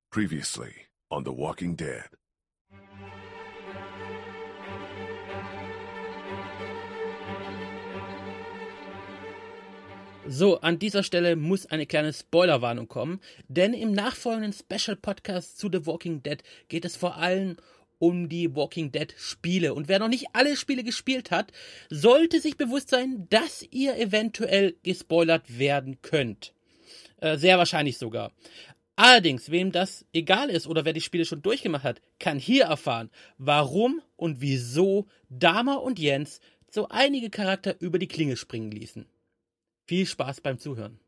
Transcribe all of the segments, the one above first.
Previously on The Walking Dead. So, an dieser Stelle muss eine kleine Spoilerwarnung kommen, denn im nachfolgenden Special-Podcast zu The Walking Dead geht es vor allem um die Walking Dead Spiele. Und wer noch nicht alle Spiele gespielt hat, sollte sich bewusst sein, dass ihr eventuell gespoilert werden könnt. Sehr wahrscheinlich sogar. Allerdings, wem das egal ist oder wer die Spiele schon durchgemacht hat, kann hier erfahren, warum und wieso Dahmer und Jens so einige Charakter über die Klinge springen ließen. Viel Spaß beim Zuhören.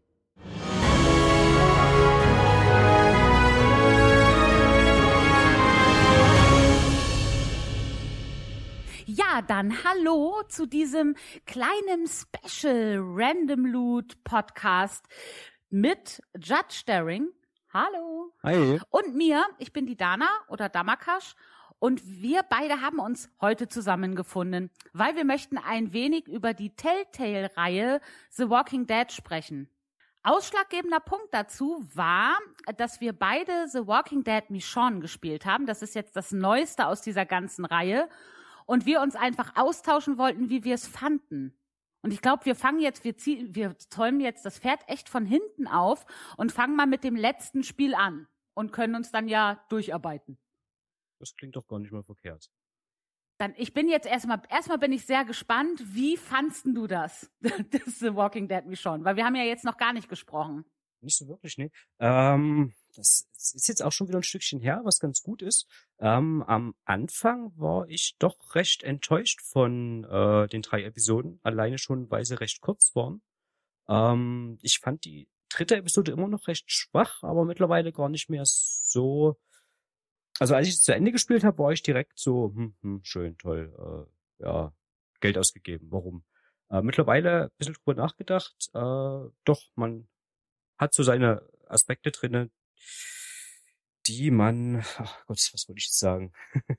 Ja, dann hallo zu diesem kleinen Special Random Loot Podcast mit Judge Daring. Hallo. Hi. Und mir, ich bin die Dana oder Damakash. Und wir beide haben uns heute zusammengefunden, weil wir möchten ein wenig über die Telltale-Reihe The Walking Dead sprechen. Ausschlaggebender Punkt dazu war, dass wir beide The Walking Dead Michonne gespielt haben. Das ist jetzt das Neueste aus dieser ganzen Reihe. Und wir uns einfach austauschen wollten, wie wir es fanden. Und ich glaube, wir zäumen jetzt das Pferd echt von hinten auf und fangen mal mit dem letzten Spiel an und können uns dann ja durcharbeiten. Das klingt doch gar nicht mal verkehrt. Dann, ich bin jetzt erstmal bin ich sehr gespannt, wie fandst du das? Das The Walking Dead Michonne, weil wir haben ja jetzt noch gar nicht gesprochen. Nicht so wirklich, ne? Das ist jetzt auch schon wieder ein Stückchen her, was ganz gut ist. Am Anfang war ich doch recht enttäuscht von den 3 Episoden, alleine schon, weil sie recht kurz waren. Ich fand die 3. Episode immer noch recht schwach, aber mittlerweile gar nicht mehr so. Also als ich es zu Ende gespielt habe, war ich direkt so, schön, toll, ja, Geld ausgegeben. Warum? Mittlerweile ein bisschen drüber nachgedacht. Doch, man hat so seine Aspekte drinne, die man, ach Gott, was wollte ich jetzt sagen?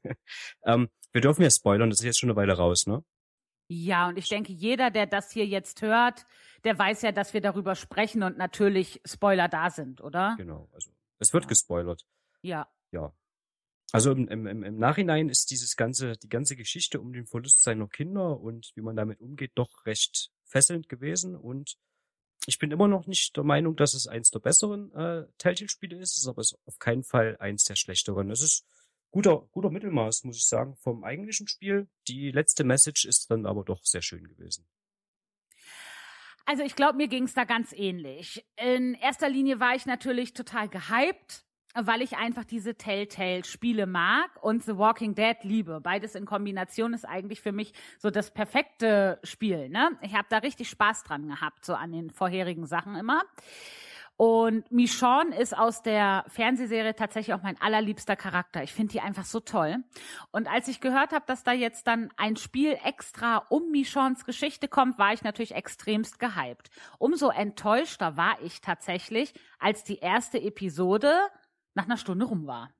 Wir dürfen ja spoilern, das ist jetzt schon eine Weile raus, ne? Ja, und ich denke, jeder, der das hier jetzt hört, der weiß ja, dass wir darüber sprechen und natürlich Spoiler da sind, oder? Genau, also es wird gespoilert. Ja. Ja. Also im Nachhinein ist die ganze Geschichte um den Verlust seiner Kinder und wie man damit umgeht, doch recht fesselnd gewesen. Und ich bin immer noch nicht der Meinung, dass es eins der besseren Telltale-Spiele ist. Es ist aber auf keinen Fall eins der schlechteren. Es ist guter Mittelmaß, muss ich sagen, vom eigentlichen Spiel. Die letzte Message ist dann aber doch sehr schön gewesen. Also ich glaube, mir ging es da ganz ähnlich. In erster Linie war ich natürlich total gehypt, weil ich einfach diese Telltale-Spiele mag und The Walking Dead liebe. Beides in Kombination ist eigentlich für mich so das perfekte Spiel, ne? Ich habe da richtig Spaß dran gehabt, so an den vorherigen Sachen immer. Und Michonne ist aus der Fernsehserie tatsächlich auch mein allerliebster Charakter. Ich finde die einfach so toll. Und als ich gehört habe, dass da jetzt dann ein Spiel extra um Michonnes Geschichte kommt, war ich natürlich extremst gehypt. Umso enttäuschter war ich tatsächlich, als die erste Episode nach einer Stunde rum war.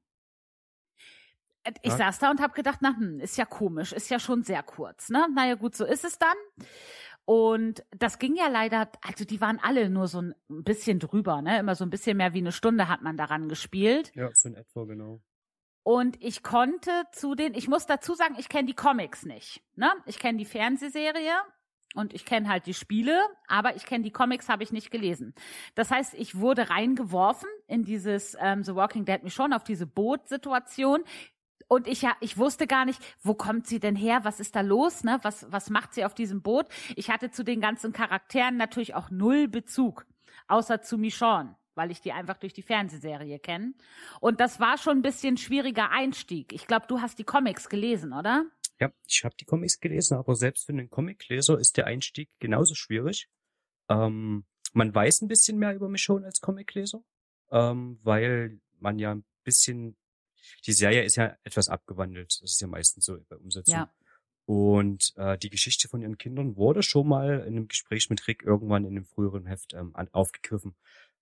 Ich saß da und habe gedacht, ist ja komisch, ist ja schon sehr kurz, ne? Naja gut, so ist es dann. Und das ging ja leider, also die waren alle nur so ein bisschen drüber, ne? Immer so ein bisschen mehr wie eine Stunde hat man daran gespielt. Ja, so in etwa, genau. Und ich muss dazu sagen, ich kenne die Comics nicht, ne? Ich kenne die Fernsehserie. Und ich kenne halt die Spiele, aber ich kenne die Comics, habe ich nicht gelesen. Das heißt, ich wurde reingeworfen in dieses The Walking Dead Michonne, auf diese Bootsituation. Und ich wusste gar nicht, wo kommt sie denn her? Was ist da los? Ne? Was macht sie auf diesem Boot? Ich hatte zu den ganzen Charakteren natürlich auch null Bezug, außer zu Michonne, weil ich die einfach durch die Fernsehserie kenne. Und das war schon ein bisschen schwieriger Einstieg. Ich glaube, du hast die Comics gelesen, oder? Ja, ich habe die Comics gelesen, aber selbst für einen Comicleser ist der Einstieg genauso schwierig. Man weiß ein bisschen mehr über Michonne als Comicleser, weil man ja ein bisschen, die Serie ist ja etwas abgewandelt. Das ist ja meistens so bei Umsetzung. Ja. Und die Geschichte von ihren Kindern wurde schon mal in einem Gespräch mit Rick irgendwann in einem früheren Heft aufgegriffen.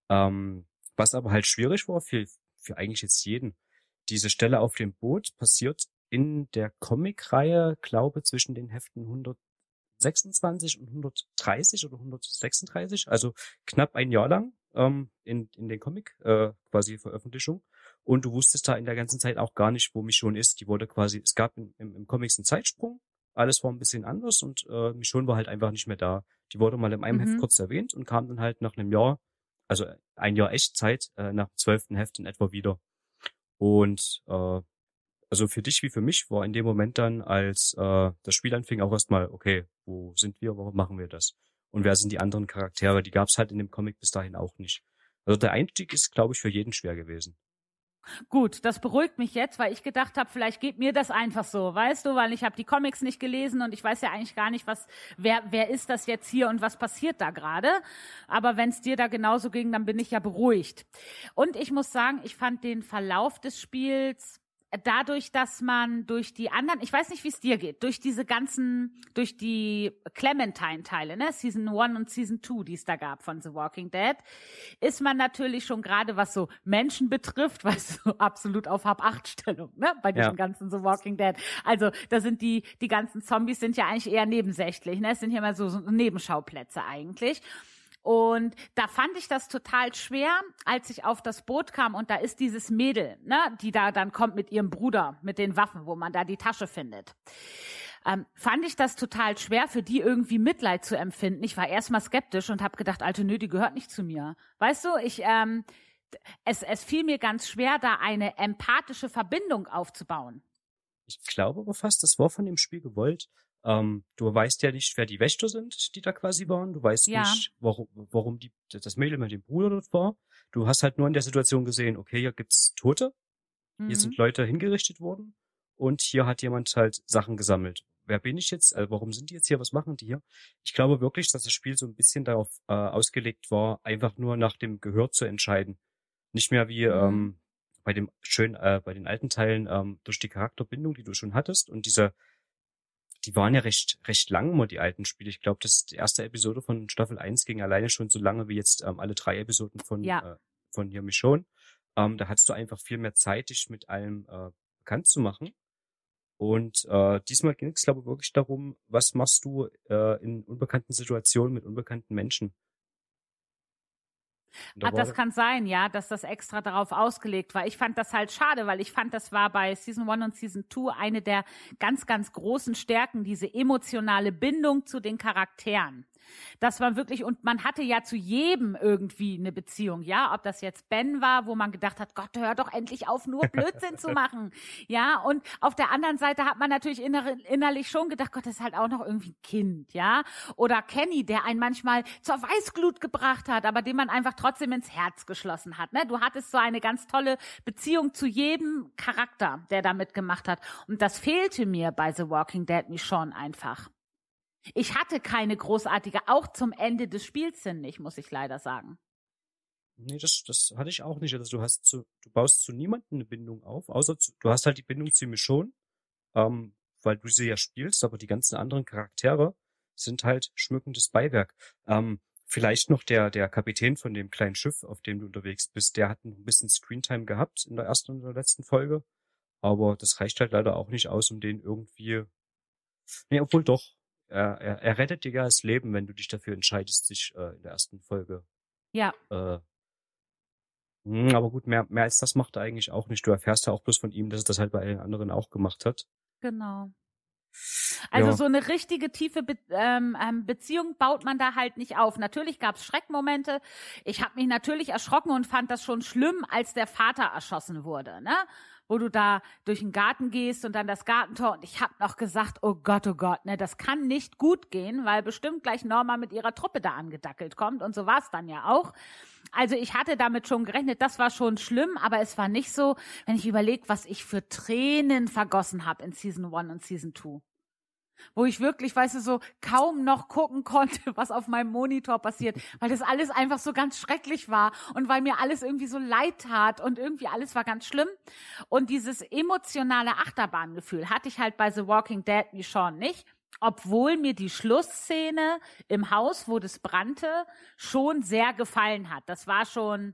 Was aber halt schwierig war für eigentlich jetzt jeden. Diese Stelle auf dem Boot passiert in der Comic-Reihe, glaube zwischen den Heften 126 und 130 oder 136, also knapp ein Jahr lang in den Comic quasi Veröffentlichung. und du wusstest da in der ganzen Zeit auch gar nicht, wo Michonne ist. Die wurde quasi, es gab im Comics einen Zeitsprung, alles war ein bisschen anders und Michonne war halt einfach nicht mehr da. Die wurde mal in einem Heft kurz erwähnt und kam dann halt nach einem Jahr, also ein Jahr Echtzeit, nach dem 12. Heft in etwa wieder. Und also für dich wie für mich war in dem Moment dann, als das Spiel anfing, auch erstmal, okay, wo sind wir, warum machen wir das? Und wer sind die anderen Charaktere? Die gab's halt in dem Comic bis dahin auch nicht. Also der Einstieg ist, glaube ich, für jeden schwer gewesen. Gut, das beruhigt mich jetzt, weil ich gedacht habe, vielleicht geht mir das einfach so, weißt du, weil ich habe die Comics nicht gelesen und ich weiß ja eigentlich gar nicht, wer ist das jetzt hier und was passiert da gerade. Aber wenn es dir da genauso ging, dann bin ich ja beruhigt. Und ich muss sagen, ich fand den Verlauf des Spiels dadurch, dass man durch die anderen, ich weiß nicht, wie es dir geht, durch die Clementine-Teile, ne, Season 1 und Season 2, die es da gab von The Walking Dead, ist man natürlich schon gerade, was so Menschen betrifft, weißt du, absolut auf Hab-8-Stellung, ne, bei diesem ganzen The Walking Dead. Also, da sind die ganzen Zombies sind ja eigentlich eher nebensächlich, ne, es sind ja immer so Nebenschauplätze eigentlich. Und da fand ich das total schwer, als ich auf das Boot kam und da ist dieses Mädel, ne, die da dann kommt mit ihrem Bruder, mit den Waffen, wo man da die Tasche findet. Fand ich das total schwer, für die irgendwie Mitleid zu empfinden. Ich war erstmal skeptisch und habe gedacht, Alter, nö, die gehört nicht zu mir. Weißt du, es fiel mir ganz schwer, da eine empathische Verbindung aufzubauen. Ich glaube aber fast, das war von dem Spiel gewollt. Du weißt ja nicht, wer die Wächter sind, die da quasi waren. Du weißt nicht, warum das Mädel mit dem Bruder dort war. Du hast halt nur in der Situation gesehen, okay, hier gibt's Tote, hier sind Leute hingerichtet worden und hier hat jemand halt Sachen gesammelt. Wer bin ich jetzt? Warum sind die jetzt hier? Was machen die hier? Ich glaube wirklich, dass das Spiel so ein bisschen darauf ausgelegt war, einfach nur nach dem Gehör zu entscheiden. Nicht mehr wie bei den alten Teilen durch die Charakterbindung, die du schon hattest und die waren ja recht lang immer, die alten Spiele. Ich glaube, die erste Episode von Staffel 1 ging alleine schon so lange wie jetzt alle 3 Episoden von hier Michonne. Da hattest du einfach viel mehr Zeit, dich mit allem bekannt zu machen. Und diesmal ging es, glaube ich, wirklich darum, was machst du in unbekannten Situationen mit unbekannten Menschen. Das kann sein, ja, dass das extra darauf ausgelegt war. Ich fand das halt schade, weil ich fand, das war bei Season 1 und Season 2 eine der ganz, ganz großen Stärken, diese emotionale Bindung zu den Charakteren. Das war wirklich, und man hatte ja zu jedem irgendwie eine Beziehung, ja, ob das jetzt Ben war, wo man gedacht hat, Gott, hör doch endlich auf, nur Blödsinn zu machen, ja, und auf der anderen Seite hat man natürlich innerlich schon gedacht, Gott, das ist halt auch noch irgendwie ein Kind, ja, oder Kenny, der einen manchmal zur Weißglut gebracht hat, aber den man einfach trotzdem ins Herz geschlossen hat, ne, du hattest so eine ganz tolle Beziehung zu jedem Charakter, der da mitgemacht hat, und das fehlte mir bei The Walking Dead schon einfach. Ich hatte keine großartige, auch zum Ende des Spiels hin nicht, muss ich leider sagen. Nee, das hatte ich auch nicht. Also du baust zu niemandem eine Bindung auf, außer du hast halt die Bindung zu Michonne, weil du sie ja spielst, aber die ganzen anderen Charaktere sind halt schmückendes Beiwerk. Vielleicht noch der Kapitän von dem kleinen Schiff, auf dem du unterwegs bist, der hat ein bisschen Screentime gehabt in der ersten und der letzten Folge, aber das reicht halt leider auch nicht aus, um den irgendwie, nee, obwohl doch. Er rettet dir ja das Leben, wenn du dich dafür entscheidest, dich in der ersten Folge. Ja. Aber gut, mehr als das macht er eigentlich auch nicht. Du erfährst ja auch bloß von ihm, dass er das halt bei allen anderen auch gemacht hat. Genau. Also so eine richtige tiefe Beziehung baut man da halt nicht auf. Natürlich gab's Schreckmomente. Ich habe mich natürlich erschrocken und fand das schon schlimm, als der Vater erschossen wurde, ne? Wo du da durch den Garten gehst und dann das Gartentor, und ich habe noch gesagt, oh Gott, ne, das kann nicht gut gehen, weil bestimmt gleich Norma mit ihrer Truppe da angedackelt kommt, und so war's dann ja auch. Also ich hatte damit schon gerechnet, das war schon schlimm, aber es war nicht so, wenn ich überlege, was ich für Tränen vergossen habe in Season 1 und Season 2. Wo ich wirklich, weißt du, so kaum noch gucken konnte, was auf meinem Monitor passiert, weil das alles einfach so ganz schrecklich war und weil mir alles irgendwie so leid tat und irgendwie alles war ganz schlimm. Und dieses emotionale Achterbahngefühl hatte ich halt bei The Walking Dead wie schon nicht, obwohl mir die Schlussszene im Haus, wo das brannte, schon sehr gefallen hat. Das war schon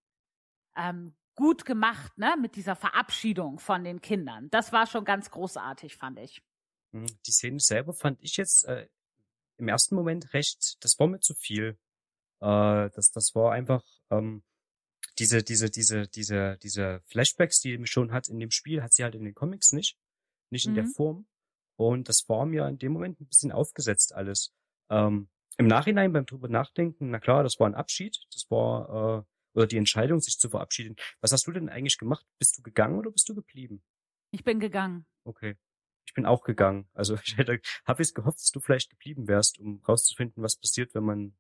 gut gemacht, ne, mit dieser Verabschiedung von den Kindern. Das war schon ganz großartig, fand ich. Die Szene selber fand ich jetzt im ersten Moment das war mir zu viel. Das war einfach, diese Flashbacks, die Michonne hat in dem Spiel, hat sie halt in den Comics nicht in der Form. Und das war mir in dem Moment ein bisschen aufgesetzt alles. Im Nachhinein beim drüber nachdenken, na klar, das war ein Abschied, das war oder die Entscheidung, sich zu verabschieden. Was hast du denn eigentlich gemacht? Bist du gegangen oder bist du geblieben? Ich bin gegangen. Okay. Ich bin auch gegangen. Also habe ich gehofft, dass du vielleicht geblieben wärst, um rauszufinden, was passiert, wenn man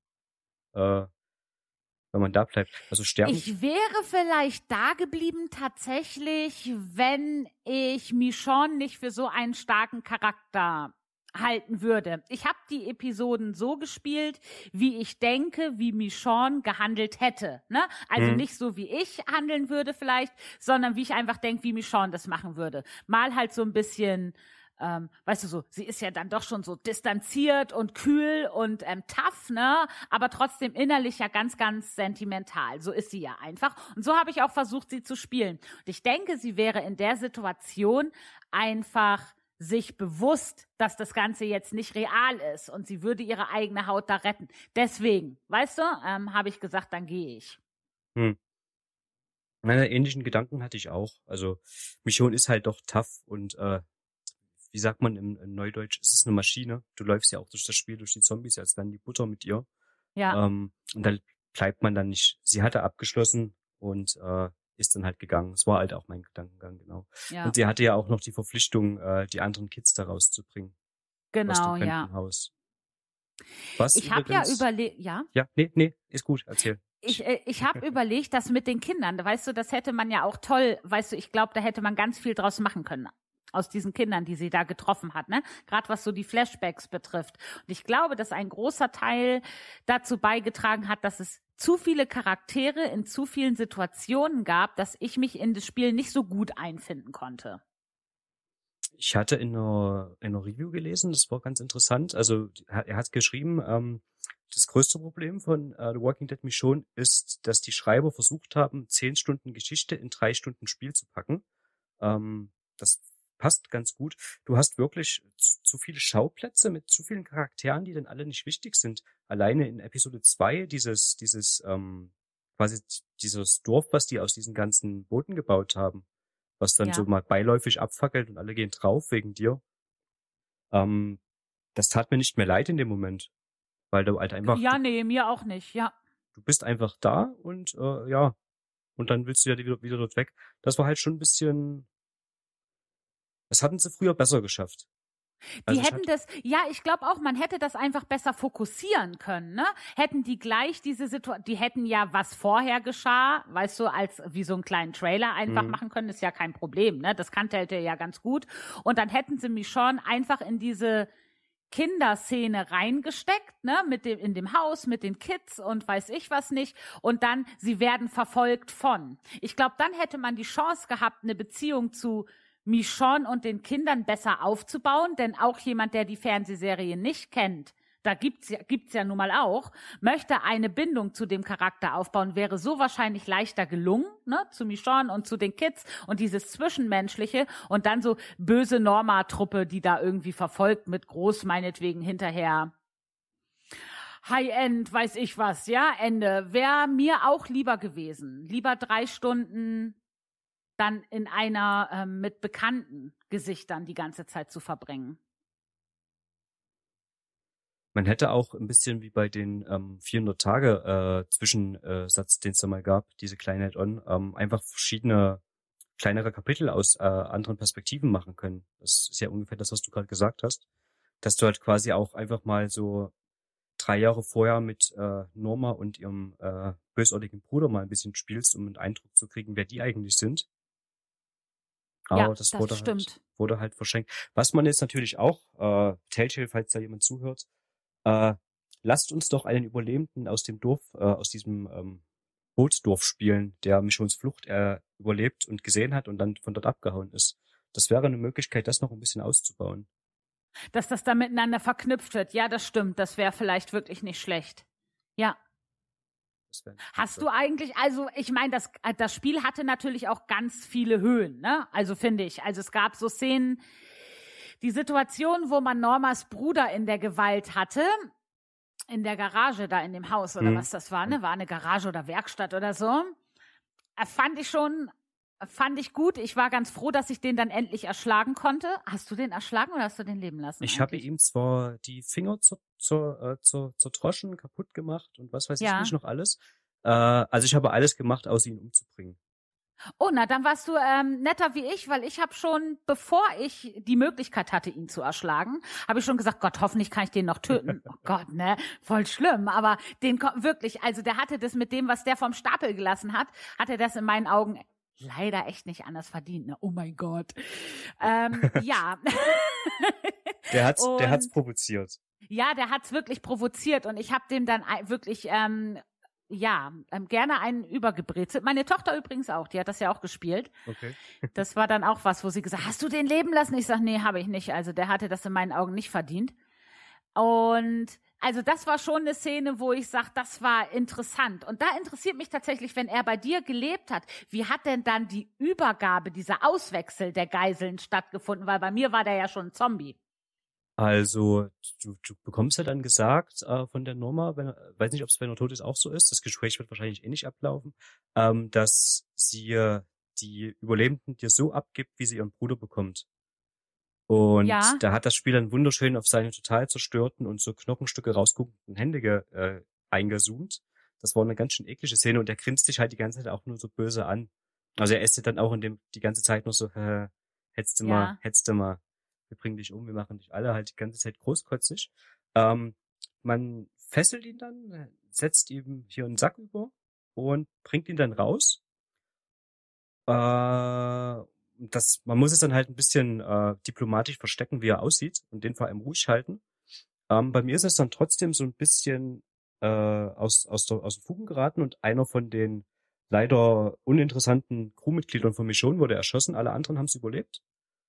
da bleibt. Also sterben. Ich wäre vielleicht da geblieben tatsächlich, wenn ich Michonne nicht für so einen starken Charakter halten würde. Ich habe die Episoden so gespielt, wie ich denke, wie Michonne gehandelt hätte. Ne? Also nicht so, wie ich handeln würde vielleicht, sondern wie ich einfach denke, wie Michonne das machen würde. Mal halt so ein bisschen, weißt du so, sie ist ja dann doch schon so distanziert und kühl und tough, ne? Aber trotzdem innerlich ja ganz, ganz sentimental. So ist sie ja einfach. Und so habe ich auch versucht, sie zu spielen. Und ich denke, sie wäre in der Situation einfach sich bewusst, dass das Ganze jetzt nicht real ist und sie würde ihre eigene Haut da retten. Deswegen, weißt du, habe ich gesagt, dann gehe ich. Meine ähnlichen Gedanken hatte ich auch. Also Michonne ist halt doch tough und wie sagt man im Neudeutsch, es ist eine Maschine. Du läufst ja auch durch das Spiel, durch die Zombies, als wären die Butter mit ihr. Ja. Und da bleibt man dann nicht. Sie hatte abgeschlossen und ist dann halt gegangen. Das war halt auch mein Gedankengang, genau. Ja. Und sie hatte ja auch noch die Verpflichtung, die anderen Kids da rauszubringen. Genau, aus dem ja. Krankenhaus. Was Ich habe ja überlegt, ja? Ja, nee, ist gut, erzähl. Ich habe überlegt, das mit den Kindern, weißt du, das hätte man ja auch toll, weißt du, ich glaube, da hätte man ganz viel draus machen können. Aus diesen Kindern, die sie da getroffen hat, ne? Gerade was so die Flashbacks betrifft. Und ich glaube, dass ein großer Teil dazu beigetragen hat, dass es zu viele Charaktere in zu vielen Situationen gab, dass ich mich in das Spiel nicht so gut einfinden konnte. Ich hatte in einer Review gelesen, das war ganz interessant. Also er hat geschrieben, das größte Problem von The Walking Dead Michonne ist, dass die Schreiber versucht haben, 10 Stunden Geschichte in 3 Stunden Spiel zu packen. Das passt ganz gut. Du hast wirklich zu viele Schauplätze mit zu vielen Charakteren, die dann alle nicht wichtig sind. Alleine in Episode 2 quasi dieses Dorf, was die aus diesen ganzen Booten gebaut haben, was dann so mal beiläufig abfackelt und alle gehen drauf wegen dir. Das tat mir nicht mehr leid in dem Moment, weil du halt einfach... Ja, nee, mir auch nicht, ja. Du bist einfach da und und dann willst du ja wieder dort weg. Das war halt schon ein bisschen... Das hatten sie früher besser geschafft. Die hätten das, ja, ich glaube auch, man hätte das einfach besser fokussieren können, ne? Hätten die gleich diese Situation, die hätten ja, was vorher geschah, weißt du, als wie so einen kleinen Trailer einfach machen können, ist ja kein Problem, ne? Das kannte er ja ganz gut. Und dann hätten sie Michonne einfach in diese Kinderszene reingesteckt, ne, in dem Haus mit den Kids und weiß ich was nicht, und dann sie werden verfolgt von. Ich glaube, dann hätte man die Chance gehabt, eine Beziehung zu Michonne und den Kindern besser aufzubauen, denn auch jemand, der die Fernsehserie nicht kennt, da gibt's ja nun mal auch, möchte eine Bindung zu dem Charakter aufbauen, wäre so wahrscheinlich leichter gelungen, ne, zu Michonne und zu den Kids und dieses Zwischenmenschliche und dann so böse Norma-Truppe, die da irgendwie verfolgt mit groß meinetwegen hinterher High-End, weiß ich was, ja, Ende. Wäre mir auch lieber gewesen. Lieber 3 Stunden dann in einer mit bekannten Gesichtern die ganze Zeit zu verbringen. Man hätte auch ein bisschen wie bei den 400 Tage Zwischensatz, den es da mal gab, diese kleine Add-on, einfach verschiedene kleinere Kapitel aus anderen Perspektiven machen können. Das ist ja ungefähr das, was du gerade gesagt hast. Dass du halt quasi auch einfach mal so 3 Jahre vorher mit Norma und ihrem bösartigen Bruder mal ein bisschen spielst, um einen Eindruck zu kriegen, wer die eigentlich sind. Aber Ja, das stimmt. wurde halt verschenkt. Was man jetzt natürlich auch, Telltale, falls da jemand zuhört, lasst uns doch einen Überlebenden aus dem Dorf, aus diesem Bootsdorf spielen, der Michonnes Flucht überlebt und gesehen hat und dann von dort abgehauen ist. Das wäre eine Möglichkeit, das noch ein bisschen auszubauen. Dass das da miteinander verknüpft wird. Ja, das stimmt. Das wäre vielleicht wirklich nicht schlecht. Ja. Hast du eigentlich, also ich meine, das Spiel hatte natürlich auch ganz viele Höhen, ne? Also finde ich. Also es gab so Szenen, die Situation, wo man Normas Bruder in der Gewalt hatte, in der Garage da in dem Haus oder was das war, ne? War eine Garage oder Werkstatt oder so. Fand ich gut. Ich war ganz froh, dass ich den dann endlich erschlagen konnte. Hast du den erschlagen oder hast du den leben lassen? Ich habe ihm zwar die Finger zertroschen, kaputt gemacht und was weiß ich nicht noch alles. Also ich habe alles gemacht, außer ihn umzubringen. Oh, na, dann warst du netter wie ich, weil ich habe schon, bevor ich die Möglichkeit hatte, ihn zu erschlagen, habe ich schon gesagt, Gott, hoffentlich kann ich den noch töten. Oh Gott, ne, voll schlimm, aber wirklich, also der hatte das mit dem, was der vom Stapel gelassen hat, hat er das in meinen Augen leider echt nicht anders verdient, ne? Oh mein Gott. Ja. Der hat's provoziert. Ja, der hat's wirklich provoziert und ich habe dem dann wirklich gerne einen übergebrezelt. Meine Tochter übrigens auch, die hat das ja auch gespielt. Okay. Das war dann auch was, wo sie gesagt hat, hast du den leben lassen? Ich sag, nee, habe ich nicht. Also der hatte das in meinen Augen nicht verdient. Und also das war schon eine Szene, wo ich sage, das war interessant. Und da interessiert mich tatsächlich, wenn er bei dir gelebt hat, wie hat denn dann die Übergabe, dieser Auswechsel der Geiseln stattgefunden? Weil bei mir war der ja schon ein Zombie. Also, du bekommst ja dann gesagt von der Norma, weiß nicht, ob es, wenn er tot ist, auch so ist, das Gespräch wird wahrscheinlich eh nicht ablaufen, dass sie die Überlebenden dir so abgibt, wie sie ihren Bruder bekommt. Und da hat das Spiel dann wunderschön auf seine total zerstörten und so Knochenstücke rausguckenden Hände eingezoomt. Das war eine ganz schön eklige Szene und er grinst dich halt die ganze Zeit auch nur so böse an. Also er ist dann auch die ganze Zeit nur so, hättest du mal. Wir bringen dich um, wir machen dich alle halt die ganze Zeit großkotzig. Man fesselt ihn dann, setzt ihm hier einen Sack über und bringt ihn dann raus. Man muss es dann halt ein bisschen diplomatisch verstecken, wie er aussieht und den vor allem ruhig halten. Bei mir ist es dann trotzdem so ein bisschen aus den Fugen geraten und einer von den leider uninteressanten Crewmitgliedern von Michonne wurde erschossen, alle anderen haben es überlebt.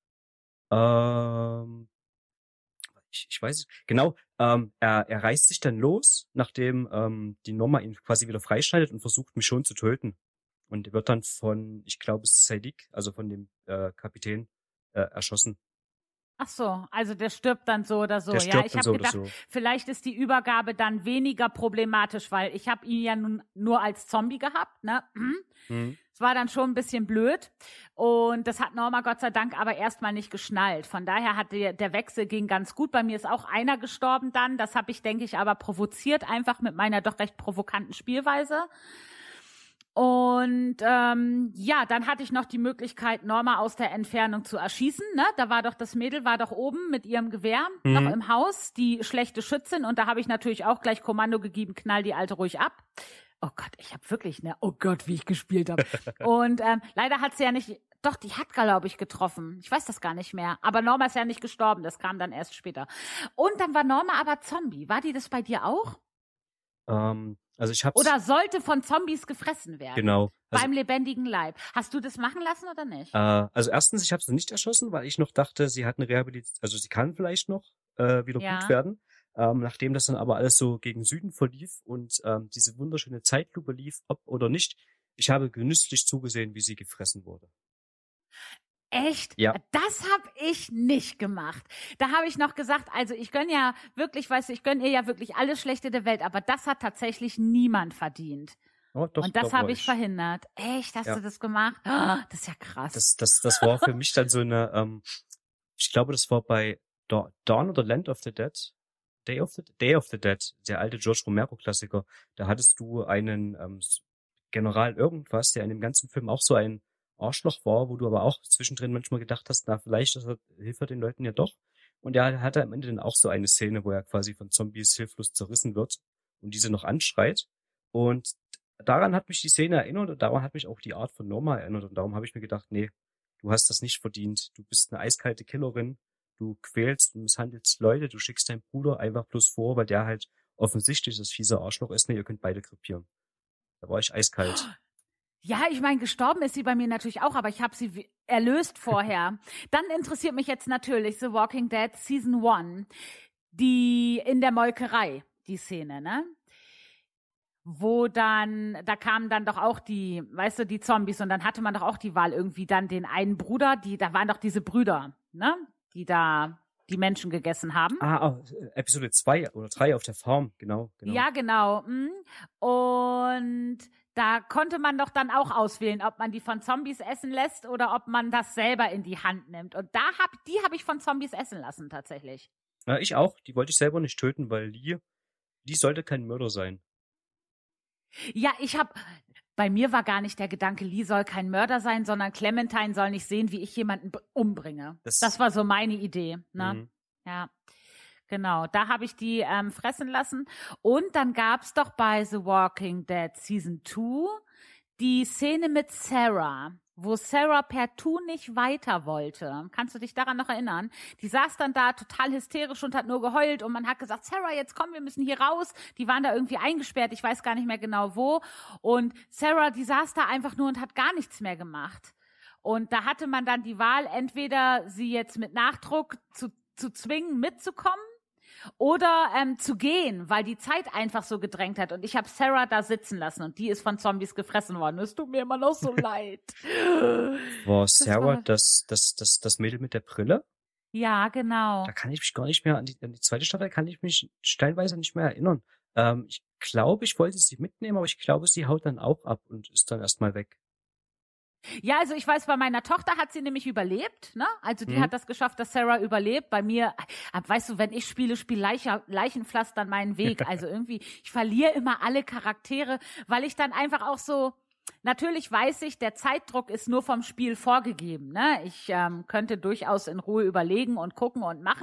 Ich weiß es. Genau, er reißt sich dann los, nachdem die Norma ihn quasi wieder freischneidet und versucht, Michonne zu töten. Und wird dann von, ich glaube, Sadiq, also von dem Kapitän, erschossen. Ach so, also der stirbt dann so oder so. Der Ja, stirbt ich dann habe so gedacht, oder so. vielleicht ist die Übergabe dann weniger problematisch, weil ich habe ihn ja nun nur als Zombie gehabt, ne? Es war dann schon ein bisschen blöd und das hat Norma Gott sei Dank aber erstmal nicht geschnallt. Von daher hat der Wechsel ging ganz gut. Bei mir ist auch einer gestorben dann. Das habe ich, denke ich, aber provoziert einfach mit meiner doch recht provokanten Spielweise. Und dann hatte ich noch die Möglichkeit, Norma aus der Entfernung zu erschießen. Ne? Da war doch das Mädel, war doch oben mit ihrem Gewehr noch im Haus, die schlechte Schützin. Und da habe ich natürlich auch gleich Kommando gegeben, knall die Alte ruhig ab. Oh Gott, ich habe wirklich, oh Gott, wie ich gespielt habe. Und leider hat sie ja nicht, doch, die hat, glaube ich, getroffen. Ich weiß das gar nicht mehr. Aber Norma ist ja nicht gestorben, das kam dann erst später. Und dann war Norma aber Zombie. War die das bei dir auch? Also ich hab's. Oder sollte von Zombies gefressen werden? Genau. Also, beim lebendigen Leib. Hast du das machen lassen oder nicht? Also erstens, ich habe sie nicht erschossen, weil ich noch dachte, sie hat eine Rehabilitation, also sie kann vielleicht noch wieder gut werden. Nachdem das dann aber alles so gegen Süden verlief und diese wunderschöne Zeitlupe lief, ob oder nicht, ich habe genüsslich zugesehen, wie sie gefressen wurde. Echt? Ja. Das habe ich nicht gemacht. Da habe ich noch gesagt, also ich gönne ja wirklich, ich gönne ihr ja wirklich alles Schlechte der Welt, aber das hat tatsächlich niemand verdient. Oh, doch, und das habe ich verhindert. Echt? Hast du das gemacht? Oh, das ist ja krass. Das war für mich dann so eine, ich glaube, das war bei Dawn oder Land of the Dead. Day of the Dead, der alte George Romero-Klassiker. Da hattest du einen General irgendwas, der in dem ganzen Film auch so ein Arschloch war, wo du aber auch zwischendrin manchmal gedacht hast, na, vielleicht hilft er den Leuten ja doch. Und er hatte am Ende dann auch so eine Szene, wo er quasi von Zombies hilflos zerrissen wird und diese noch anschreit. Und daran hat mich die Szene erinnert und daran hat mich auch die Art von Norma erinnert. Und darum habe ich mir gedacht, nee, du hast das nicht verdient. Du bist eine eiskalte Killerin. Du quälst und misshandelst Leute. Du schickst deinen Bruder einfach bloß vor, weil der halt offensichtlich das fiese Arschloch ist. Nee, ihr könnt beide krepieren. Da war ich eiskalt. Ja, ich meine, gestorben ist sie bei mir natürlich auch, aber ich habe sie erlöst vorher. Dann interessiert mich jetzt natürlich The Walking Dead Season 1, die in der Molkerei, die Szene, ne? Wo dann, da kamen dann doch auch die, weißt du, die Zombies und dann hatte man doch auch die Wahl irgendwie dann den einen Bruder, da waren doch diese Brüder, ne? Die da die Menschen gegessen haben. Episode 2 oder 3 auf der Farm, genau. Ja, genau. Und Da konnte man doch dann auch auswählen, ob man die von Zombies essen lässt oder ob man das selber in die Hand nimmt. Und die habe ich von Zombies essen lassen, tatsächlich. Ja, ich auch. Die wollte ich selber nicht töten, weil die sollte kein Mörder sein. Ja, bei mir war gar nicht der Gedanke, Lee soll kein Mörder sein, sondern Clementine soll nicht sehen, wie ich jemanden umbringe. Das war so meine Idee, ne? Ja. Genau, da habe ich die fressen lassen. Und dann gab's doch bei The Walking Dead Season 2 die Szene mit Sarah, wo Sarah partout nicht weiter wollte. Kannst du dich daran noch erinnern? Die saß dann da total hysterisch und hat nur geheult und man hat gesagt, Sarah, jetzt komm, wir müssen hier raus. Die waren da irgendwie eingesperrt, ich weiß gar nicht mehr genau wo. Und Sarah, die saß da einfach nur und hat gar nichts mehr gemacht. Und da hatte man dann die Wahl, entweder sie jetzt mit Nachdruck zu zwingen, mitzukommen, oder zu gehen, weil die Zeit einfach so gedrängt hat. Und ich habe Sarah da sitzen lassen und die ist von Zombies gefressen worden. Es tut mir immer noch so leid. War Sarah das Mädel mit der Brille? Ja, genau. Da kann ich mich gar nicht mehr an die zweite Staffel kann ich mich stellenweise nicht mehr erinnern. Ich glaube, ich wollte sie mitnehmen, aber ich glaube, sie haut dann auch ab und ist dann erstmal weg. Ja, also ich weiß, bei meiner Tochter hat sie nämlich überlebt, ne? Also die hat das geschafft, dass Sarah überlebt. Bei mir, weißt du, wenn ich spiele Leichenpflastern meinen Weg. Also irgendwie, ich verliere immer alle Charaktere, weil ich dann einfach auch so, natürlich weiß ich, der Zeitdruck ist nur vom Spiel vorgegeben, ne? Ich könnte durchaus in Ruhe überlegen und gucken und machen.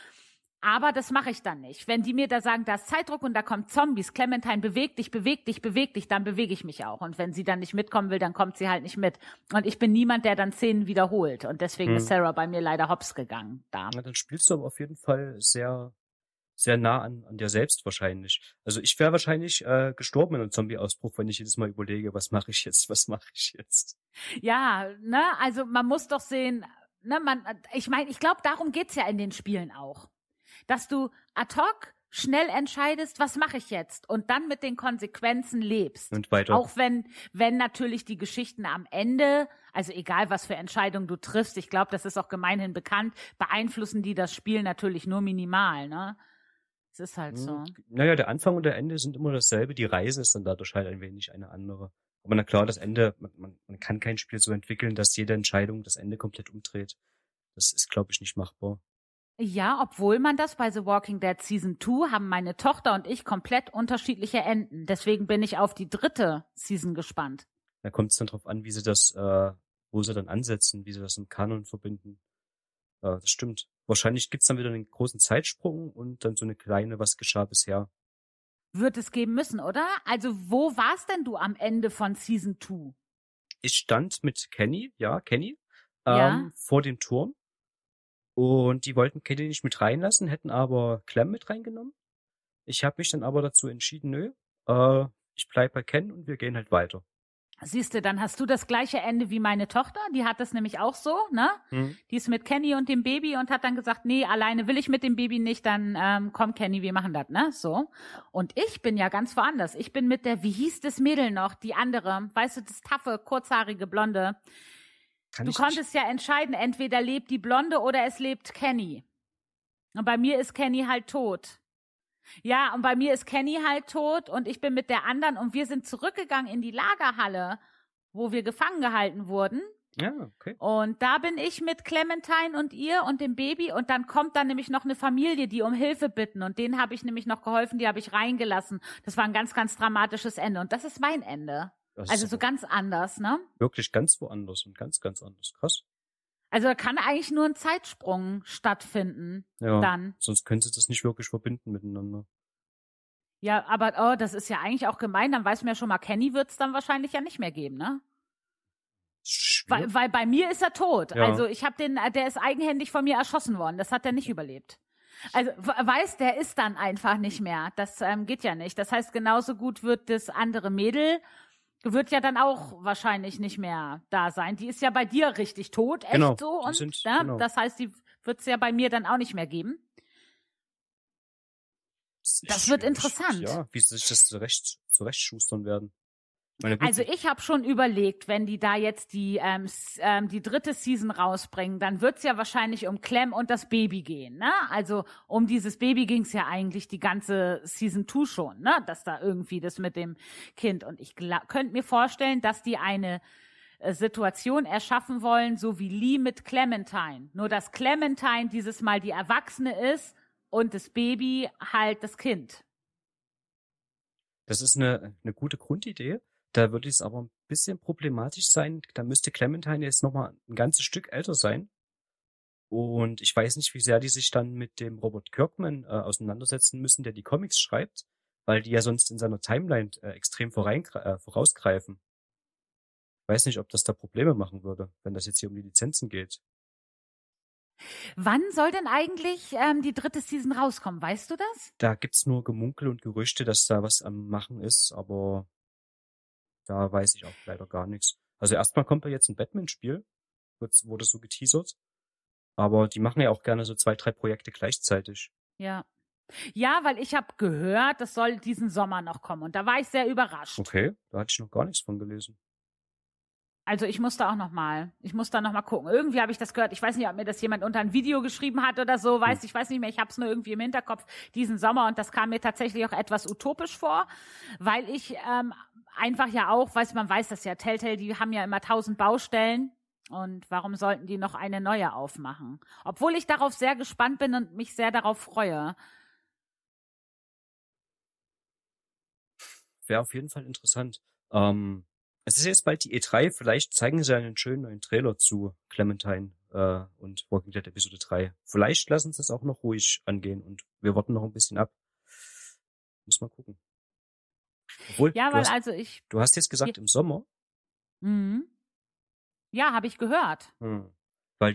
Aber das mache ich dann nicht. Wenn die mir da sagen, da ist Zeitdruck und da kommen Zombies, Clementine, beweg dich, dann bewege ich mich auch. Und wenn sie dann nicht mitkommen will, dann kommt sie halt nicht mit. Und ich bin niemand, der dann Szenen wiederholt. Und deswegen ist Sarah bei mir leider hops gegangen da. Ja, dann spielst du aber auf jeden Fall sehr, sehr nah an dir selbst wahrscheinlich. Also ich wäre wahrscheinlich gestorben in einem Zombie-Ausbruch, wenn ich jedes Mal überlege, was mache ich jetzt? Ja, ne, also man muss doch sehen, ne, ich meine, ich glaube, darum geht's ja in den Spielen auch. Dass du ad hoc schnell entscheidest, was mache ich jetzt und dann mit den Konsequenzen lebst. Und weiter. Auch wenn natürlich die Geschichten am Ende, also egal was für Entscheidungen du triffst, ich glaube, das ist auch gemeinhin bekannt, beeinflussen die das Spiel natürlich nur minimal, ne? Es ist halt so. Naja, der Anfang und der Ende sind immer dasselbe, die Reise ist dann dadurch halt ein wenig eine andere. Aber na klar, das Ende, man kann kein Spiel so entwickeln, dass jede Entscheidung das Ende komplett umdreht. Das ist, glaube ich, nicht machbar. Ja, obwohl man das bei The Walking Dead Season 2 haben meine Tochter und ich komplett unterschiedliche Enden. Deswegen bin ich auf die 3. Season gespannt. Da kommt es dann drauf an, wie sie das, wo sie dann ansetzen, wie sie das im Kanon verbinden. Das stimmt. Wahrscheinlich gibt's dann wieder einen großen Zeitsprung und dann so eine kleine, was geschah bisher. Wird es geben müssen, oder? Also wo warst denn du am Ende von Season 2? Ich stand mit Kenny, Ja. vor dem Turm. Und die wollten Kenny nicht mit reinlassen, hätten aber Clem mit reingenommen. Ich habe mich dann aber dazu entschieden, nö, ich bleib bei Ken und wir gehen halt weiter. Siehst du, dann hast du das gleiche Ende wie meine Tochter. Die hat das nämlich auch so, ne? Die ist mit Kenny und dem Baby und hat dann gesagt, nee, alleine will ich mit dem Baby nicht, dann komm Kenny, wir machen das, ne? So. Und ich bin ja ganz woanders. Ich bin mit der, wie hieß das Mädel noch, die andere, weißt du, das taffe, kurzhaarige, blonde. Du konntest ja entscheiden, entweder lebt die Blonde oder es lebt Kenny. Und bei mir ist Kenny halt tot. Ja, und bei mir ist Kenny halt tot und ich bin mit der anderen und wir sind zurückgegangen in die Lagerhalle, wo wir gefangen gehalten wurden. Ja, okay. Und da bin ich mit Clementine und ihr und dem Baby und dann kommt dann nämlich noch eine Familie, die um Hilfe bitten und denen habe ich nämlich noch geholfen, die habe ich reingelassen. Das war ein ganz, ganz dramatisches Ende und das ist mein Ende. Also so ganz anders, ne? Wirklich ganz woanders und ganz, ganz anders. Krass. Also da kann eigentlich nur ein Zeitsprung stattfinden. Ja, dann. Sonst können sie das nicht wirklich verbinden miteinander. Ja, aber das ist ja eigentlich auch gemein. Dann weiß man ja schon mal, Kenny wird's dann wahrscheinlich ja nicht mehr geben, ne? Weil bei mir ist er tot. Ja. Also ich habe der ist eigenhändig von mir erschossen worden. Das hat er nicht überlebt. Also der ist dann einfach nicht mehr. Das geht ja nicht. Das heißt, genauso gut wird das andere Mädel wird ja dann auch wahrscheinlich nicht mehr da sein. Die ist ja bei dir richtig tot, echt genau, so. Und genau. Das heißt, die wird's ja bei mir dann auch nicht mehr geben. Das wird interessant. Ja, wie sie sich das zurechtschustern werden. Also ich habe schon überlegt, wenn die da jetzt die 3. Season rausbringen, dann wird's ja wahrscheinlich um Clem und das Baby gehen, ne? Also um dieses Baby ging's ja eigentlich die ganze Season 2 schon, ne? Dass da irgendwie das mit dem Kind, und ich könnte mir vorstellen, dass die eine Situation erschaffen wollen, so wie Lee mit Clementine. Nur dass Clementine dieses Mal die Erwachsene ist und das Baby halt das Kind. Das ist eine gute Grundidee. Da würde es aber ein bisschen problematisch sein. Da müsste Clementine jetzt nochmal ein ganzes Stück älter sein. Und ich weiß nicht, wie sehr die sich dann mit dem Robert Kirkman auseinandersetzen müssen, der die Comics schreibt, weil die ja sonst in seiner Timeline extrem vorausgreifen. Ich weiß nicht, ob das da Probleme machen würde, wenn das jetzt hier um die Lizenzen geht. Wann soll denn eigentlich die 3. Season rauskommen? Weißt du das? Da gibt's nur Gemunkel und Gerüchte, dass da was am Machen ist, aber da weiß ich auch leider gar nichts. Also erstmal kommt ja jetzt ein Batman-Spiel, wurde so geteasert. Aber die machen ja auch gerne so 2, 3 Projekte gleichzeitig. Ja. Ja, weil ich habe gehört, das soll diesen Sommer noch kommen. Und da war ich sehr überrascht. Okay, da hatte ich noch gar nichts von gelesen. Also ich muss da noch mal gucken. Irgendwie habe ich das gehört. Ich weiß nicht, ob mir das jemand unter ein Video geschrieben hat oder so. Ich weiß nicht mehr. Ich habe es nur irgendwie im Hinterkopf diesen Sommer. Und das kam mir tatsächlich auch etwas utopisch vor, weil ich einfach ja auch, man weiß das ja, Telltale, die haben ja immer 1000 Baustellen. Und warum sollten die noch eine neue aufmachen? Obwohl ich darauf sehr gespannt bin und mich sehr darauf freue. Wäre auf jeden Fall interessant. Es ist jetzt bald die E3. Vielleicht zeigen sie einen schönen neuen Trailer zu Clementine und Walking Dead Episode 3. Vielleicht lassen sie es auch noch ruhig angehen und wir warten noch ein bisschen ab. Muss mal gucken. Obwohl, ja, du hast jetzt gesagt im Sommer. Mhm. Ja, habe ich gehört. Weil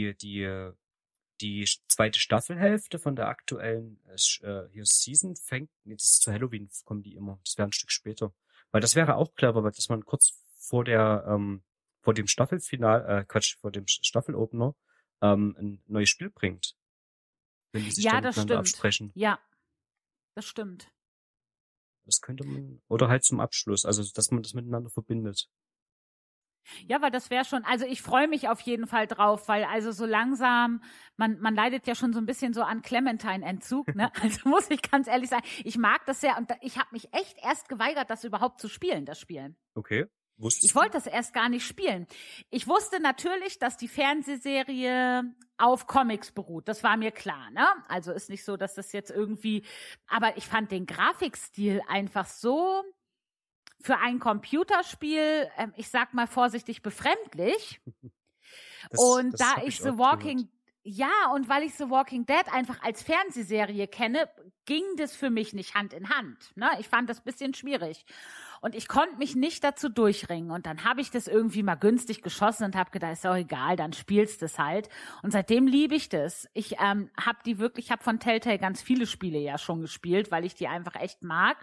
die zweite Staffelhälfte von der aktuellen hier Season fängt, das ist zu Halloween, kommen die immer. Das wäre ein Stück später. Weil das wäre auch clever, weil dass man kurz vor dem Staffelfinal, vor dem Staffelopener ein neues Spiel bringt. Wenn die sich dann miteinander absprechen. Ja, das stimmt. Das könnte man, oder halt zum Abschluss, also dass man das miteinander verbindet. Ja, weil das wäre schon, also ich freue mich auf jeden Fall drauf, weil also so langsam, man leidet ja schon so ein bisschen so an Clementine-Entzug, ne? Also muss ich ganz ehrlich sagen, ich mag das sehr und ich habe mich echt erst geweigert, das überhaupt zu spielen, das Spiel. Okay. Ich wollte das erst gar nicht spielen. Ich wusste natürlich, dass die Fernsehserie auf Comics beruht. Das war mir klar, ne? Also ist nicht so, dass das jetzt irgendwie, aber ich fand den Grafikstil einfach so für ein Computerspiel, ich sag mal vorsichtig, befremdlich. Und da ich The Walking, und weil ich The Walking Dead einfach als Fernsehserie kenne, ging das für mich nicht Hand in Hand. Ne? Ich fand das ein bisschen schwierig. Und ich konnte mich nicht dazu durchringen. Und dann habe ich das irgendwie mal günstig geschossen und habe gedacht, ist auch egal, dann spielst du es halt. Und seitdem liebe ich das. Ich habe von Telltale ganz viele Spiele ja schon gespielt, weil ich die einfach echt mag.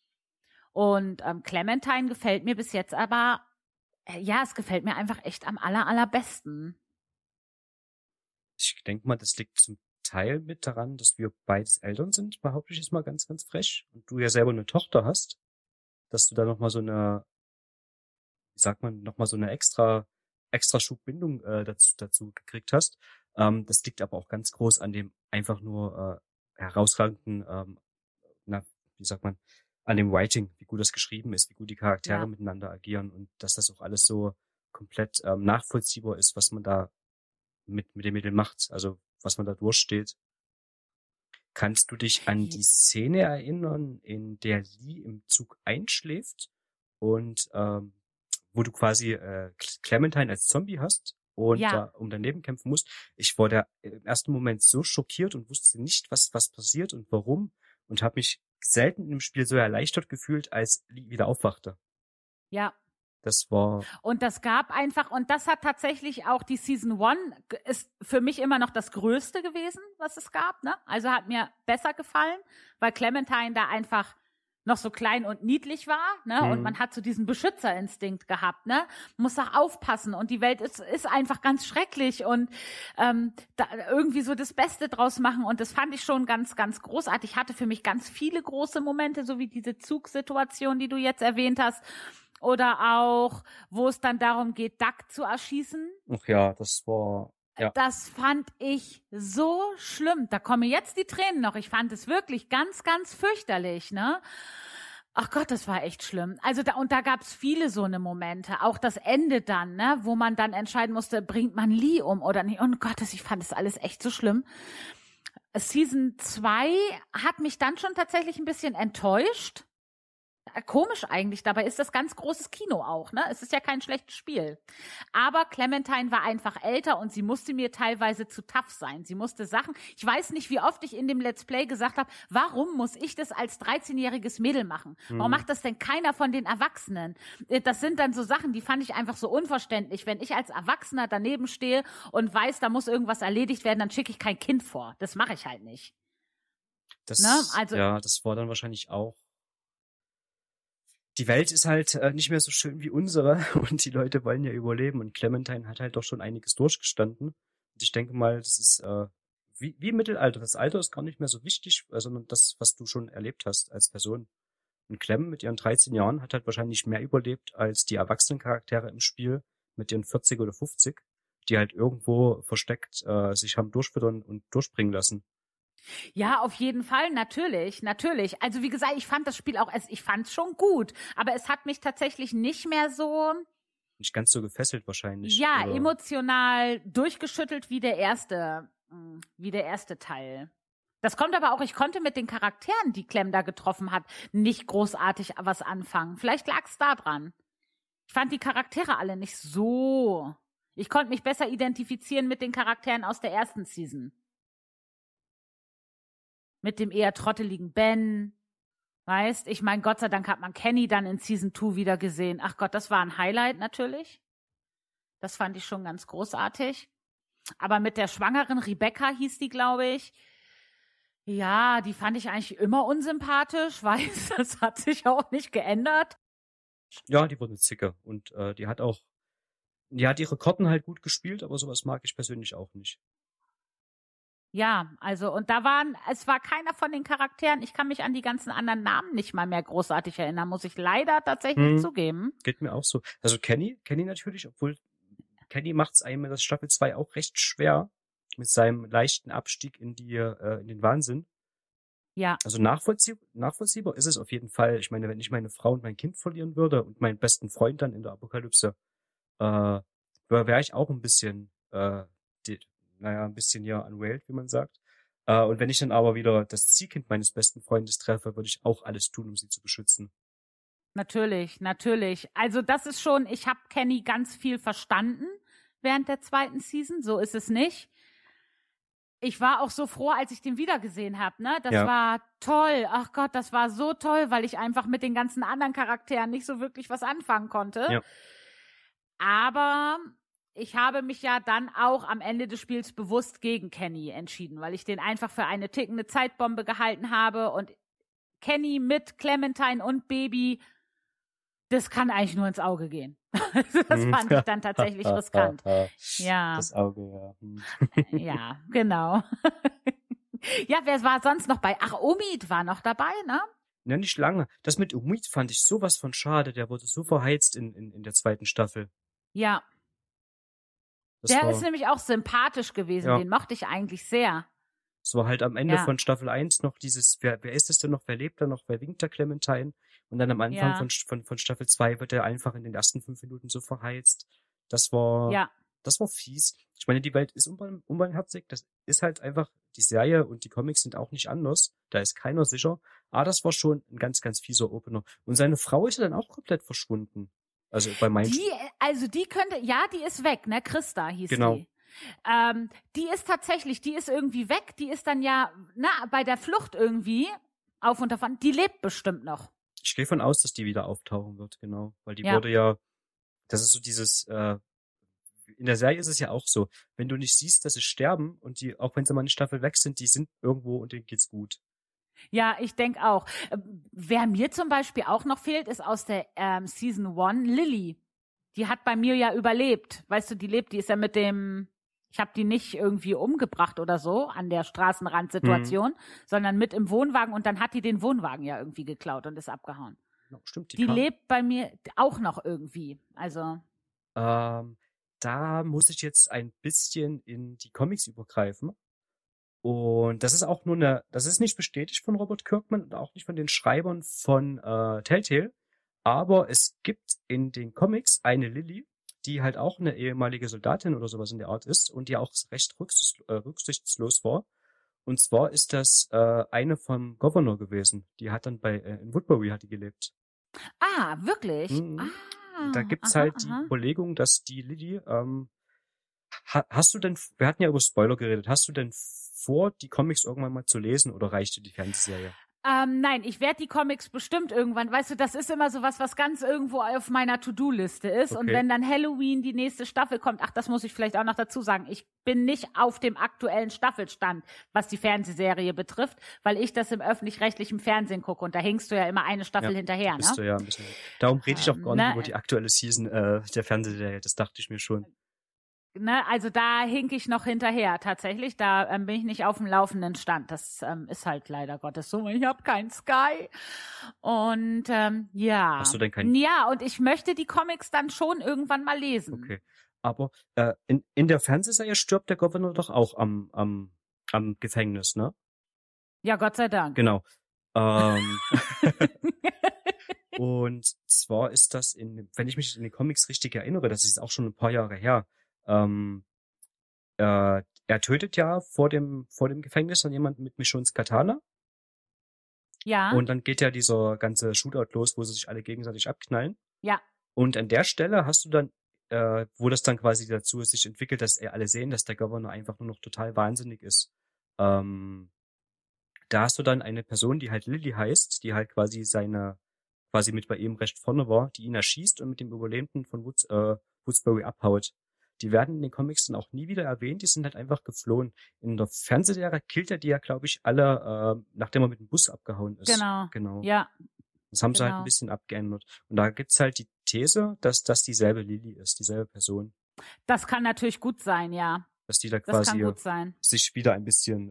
Und Clementine gefällt mir bis jetzt aber, es gefällt mir einfach echt am allerbesten. Ich denke mal, das liegt zum Teil mit daran, dass wir beides Eltern sind, behaupte ich jetzt mal ganz, ganz frech. Und du ja selber eine Tochter hast, dass du da nochmal so eine, wie sagt man, nochmal so eine extra Schubbindung dazu gekriegt hast. Das liegt aber auch ganz groß an dem einfach nur herausragenden, wie sagt man, an dem Writing, wie gut das geschrieben ist, wie gut die Charaktere miteinander agieren und dass das auch alles so komplett nachvollziehbar ist, was man da mit den Mitteln macht, also was man da durchsteht. Kannst du dich an die Szene erinnern, in der Lee im Zug einschläft und wo du quasi Clementine als Zombie hast und da daneben kämpfen musst? Ich war da im ersten Moment so schockiert und wusste nicht, was passiert und warum und habe mich selten im Spiel so erleichtert gefühlt, als Lee wieder aufwachte. Ja. Das war... Und das gab einfach, und das hat tatsächlich auch die Season 1, ist für mich immer noch das Größte gewesen, was es gab, ne? Also hat mir besser gefallen, weil Clementine da einfach noch so klein und niedlich war, ne? Und man hat so diesen Beschützerinstinkt gehabt, ne? Muss auch aufpassen und die Welt ist einfach ganz schrecklich und da irgendwie so das Beste draus machen und das fand ich schon ganz, ganz großartig. Ich hatte für mich ganz viele große Momente, so wie diese Zugsituation, die du jetzt erwähnt hast. Oder auch, wo es dann darum geht, Duck zu erschießen. Ach ja, das war, ja. Das fand ich so schlimm. Da kommen jetzt die Tränen noch. Ich fand es wirklich ganz, ganz fürchterlich, ne? Ach Gott, das war echt schlimm. Also da gab's viele so eine Momente. Auch das Ende dann, ne, wo man dann entscheiden musste, bringt man Lee um oder nicht. Oh Gott, ich fand das alles echt so schlimm. Season 2 hat mich dann schon tatsächlich ein bisschen enttäuscht. Komisch eigentlich, dabei ist das ganz großes Kino auch, ne? Es ist ja kein schlechtes Spiel. Aber Clementine war einfach älter und sie musste mir teilweise zu tough sein. Sie musste Sachen, ich weiß nicht, wie oft ich in dem Let's Play gesagt habe, warum muss ich das als 13-jähriges Mädel machen? Warum macht das denn keiner von den Erwachsenen? Das sind dann so Sachen, die fand ich einfach so unverständlich. Wenn ich als Erwachsener daneben stehe und weiß, da muss irgendwas erledigt werden, dann schicke ich kein Kind vor. Das mache ich halt nicht. Das, Ne? Also, ja, das war dann wahrscheinlich auch. Die Welt ist halt nicht mehr so schön wie unsere und die Leute wollen ja überleben und Clementine hat halt doch schon einiges durchgestanden. Und ich denke mal, das ist wie im Mittelalter. Das Alter ist gar nicht mehr so wichtig, sondern das, was du schon erlebt hast als Person. Und Clem mit ihren 13 Jahren hat halt wahrscheinlich mehr überlebt als die erwachsenen Charaktere im Spiel mit ihren 40 oder 50, die halt irgendwo versteckt sich haben durchfüttern und durchbringen lassen. ja, auf jeden Fall, natürlich. Also wie gesagt, ich fand das Spiel auch, ich fand es schon gut, aber es hat mich tatsächlich nicht mehr so, Nicht ganz so gefesselt wahrscheinlich. ja, oder? emotional durchgeschüttelt wie der erste Teil. Das kommt aber auch, ich konnte mit den Charakteren, die Clem da getroffen hat, nicht großartig was anfangen. Vielleicht lag es da dran. Ich fand die Charaktere alle nicht so. Ich konnte mich besser identifizieren mit den Charakteren aus der ersten Season. Mit dem eher trotteligen Ben. Weißt, ich meine, Gott sei Dank hat man Kenny dann in Season 2 wieder gesehen. Ach Gott, das war ein Highlight natürlich. Das fand ich schon ganz großartig. Aber mit der schwangeren Rebecca hieß die, glaube ich. Ja, die fand ich eigentlich immer unsympathisch, weil das hat sich auch nicht geändert. Ja, die wurde zicker und die hat auch, die hat ihre Karten halt gut gespielt, aber sowas mag ich persönlich auch nicht. Ja, also und es war keiner von den Charakteren, ich kann mich an die ganzen anderen Namen nicht mal mehr großartig erinnern, muss ich leider tatsächlich zugeben. Geht mir auch so. Also Kenny natürlich, obwohl Kenny macht's einem in der Staffel 2 auch recht schwer mit seinem leichten Abstieg in den Wahnsinn. Ja. Also nachvollziehbar ist es auf jeden Fall. Ich meine, wenn ich meine Frau und mein Kind verlieren würde und meinen besten Freund dann in der Apokalypse, wäre ich auch ein bisschen, ein bisschen ja unwailed, wie man sagt. Und wenn ich dann aber wieder das Ziehkind meines besten Freundes treffe, würde ich auch alles tun, um sie zu beschützen. Natürlich. Also das ist schon, ich habe Kenny ganz viel verstanden während der zweiten Season, so ist es nicht. Ich war auch so froh, als ich den wiedergesehen habe, ne? Das war toll. Ach Gott, das war so toll, weil ich einfach mit den ganzen anderen Charakteren nicht so wirklich was anfangen konnte. Ja. Aber ich habe mich ja dann auch am Ende des Spiels bewusst gegen Kenny entschieden, weil ich den einfach für eine tickende Zeitbombe gehalten habe und Kenny mit Clementine und Baby, das kann eigentlich nur ins Auge gehen. Das fand ich dann tatsächlich riskant. Ja. Das Auge, ja. Ja, genau. Ja, wer war sonst noch bei? Ach, Omid war noch dabei, ne? Ja, nicht lange. Das mit Omid fand ich sowas von schade. Der wurde so verheizt in der zweiten Staffel. Ja. Der ist nämlich auch sympathisch gewesen. Ja. Den mochte ich eigentlich sehr. Es war halt am Ende von Staffel 1 noch dieses, wer ist es denn noch, wer lebt da noch, wer winkt da Clementine? Und dann am Anfang von Staffel 2 wird er einfach in den ersten 5 Minuten so verheizt. Das war fies. Ich meine, die Welt ist unbarmherzig. Das ist halt einfach, die Serie und die Comics sind auch nicht anders. Da ist keiner sicher. Aber das war schon ein ganz, ganz fieser Opener. Und seine Frau ist ja dann auch komplett verschwunden. Also bei meinen... Die ist weg, ne? Christa hieß die. Die ist irgendwie weg. Die ist dann bei der Flucht irgendwie auf und davon. Die lebt bestimmt noch. Ich gehe von aus, dass die wieder auftauchen wird, genau. Weil die wurde ja, das ist so dieses, in der Serie ist es ja auch so, wenn du nicht siehst, dass sie sterben und die, auch wenn sie mal eine Staffel weg sind, die sind irgendwo und denen geht's gut. Ja, ich denke auch. Wer mir zum Beispiel auch noch fehlt, ist aus der Season 1 Lily. Die hat bei mir ja überlebt. Weißt du, die ist ja mit dem, ich habe die nicht irgendwie umgebracht oder so an der Straßenrandsituation, sondern mit im Wohnwagen und dann hat die den Wohnwagen ja irgendwie geklaut und ist abgehauen. Genau, stimmt. Die lebt bei mir auch noch irgendwie. Also. Da muss ich jetzt ein bisschen in die Comics übergreifen. Und das ist auch das ist nicht bestätigt von Robert Kirkman und auch nicht von den Schreibern von Telltale. Aber es gibt in den Comics eine Lily, die halt auch eine ehemalige Soldatin oder sowas in der Art ist und die auch recht rücksichtslos war. Und zwar ist das eine vom Governor gewesen. Die hat dann in Woodbury hat die gelebt. Ah, wirklich? Mhm. Da gibt's halt die Überlegung, dass die Lily, wir hatten ja über Spoiler geredet, hast du denn vor, die Comics irgendwann mal zu lesen oder reicht dir die Fernsehserie? Nein, ich werde die Comics bestimmt irgendwann, weißt du, das ist immer so was ganz irgendwo auf meiner To-Do-Liste ist. Okay. Und wenn dann Halloween die nächste Staffel kommt, das muss ich vielleicht auch noch dazu sagen, ich bin nicht auf dem aktuellen Staffelstand, was die Fernsehserie betrifft, weil ich das im öffentlich-rechtlichen Fernsehen gucke und da hängst du ja immer eine Staffel hinterher, bist ne? Du ja ein bisschen. Darum rede ich auch gar nicht über die aktuelle Season der Fernsehserie, das dachte ich mir schon. Ne, also da hink ich noch hinterher, tatsächlich. Da bin ich nicht auf dem laufenden Stand. Das ist halt leider Gottes so. Ich habe kein Sky. Und ja. Hast du denn keinen? Ja, und ich möchte die Comics dann schon irgendwann mal lesen. Okay. Aber in der Fernsehserie stirbt der Governor doch auch am Gefängnis, ne? Ja, Gott sei Dank. Genau. Und zwar ist das wenn ich mich in den Comics richtig erinnere, das ist auch schon ein paar Jahre her, er tötet ja vor dem Gefängnis dann jemanden mit Michonne's Katana. Ja. Und dann geht ja dieser ganze Shootout los, wo sie sich alle gegenseitig abknallen. Ja. Und an der Stelle hast du dann, wo das dann quasi dazu sich entwickelt, dass alle sehen, dass der Governor einfach nur noch total wahnsinnig ist. Da hast du dann eine Person, die halt Lily heißt, die halt quasi mit bei ihm recht vorne war, die ihn erschießt und mit dem Überlebenden von Woodsbury abhaut. Die werden in den Comics dann auch nie wieder erwähnt, die sind halt einfach geflohen. In der Fernsehserie killt er die ja, glaube ich, alle, nachdem er mit dem Bus abgehauen ist. Genau. Ja. Das haben sie halt ein bisschen abgeändert. Und da gibt's halt die These, dass das dieselbe Lily ist, dieselbe Person. Das kann natürlich gut sein, ja. Dass die da quasi sich wieder ein bisschen,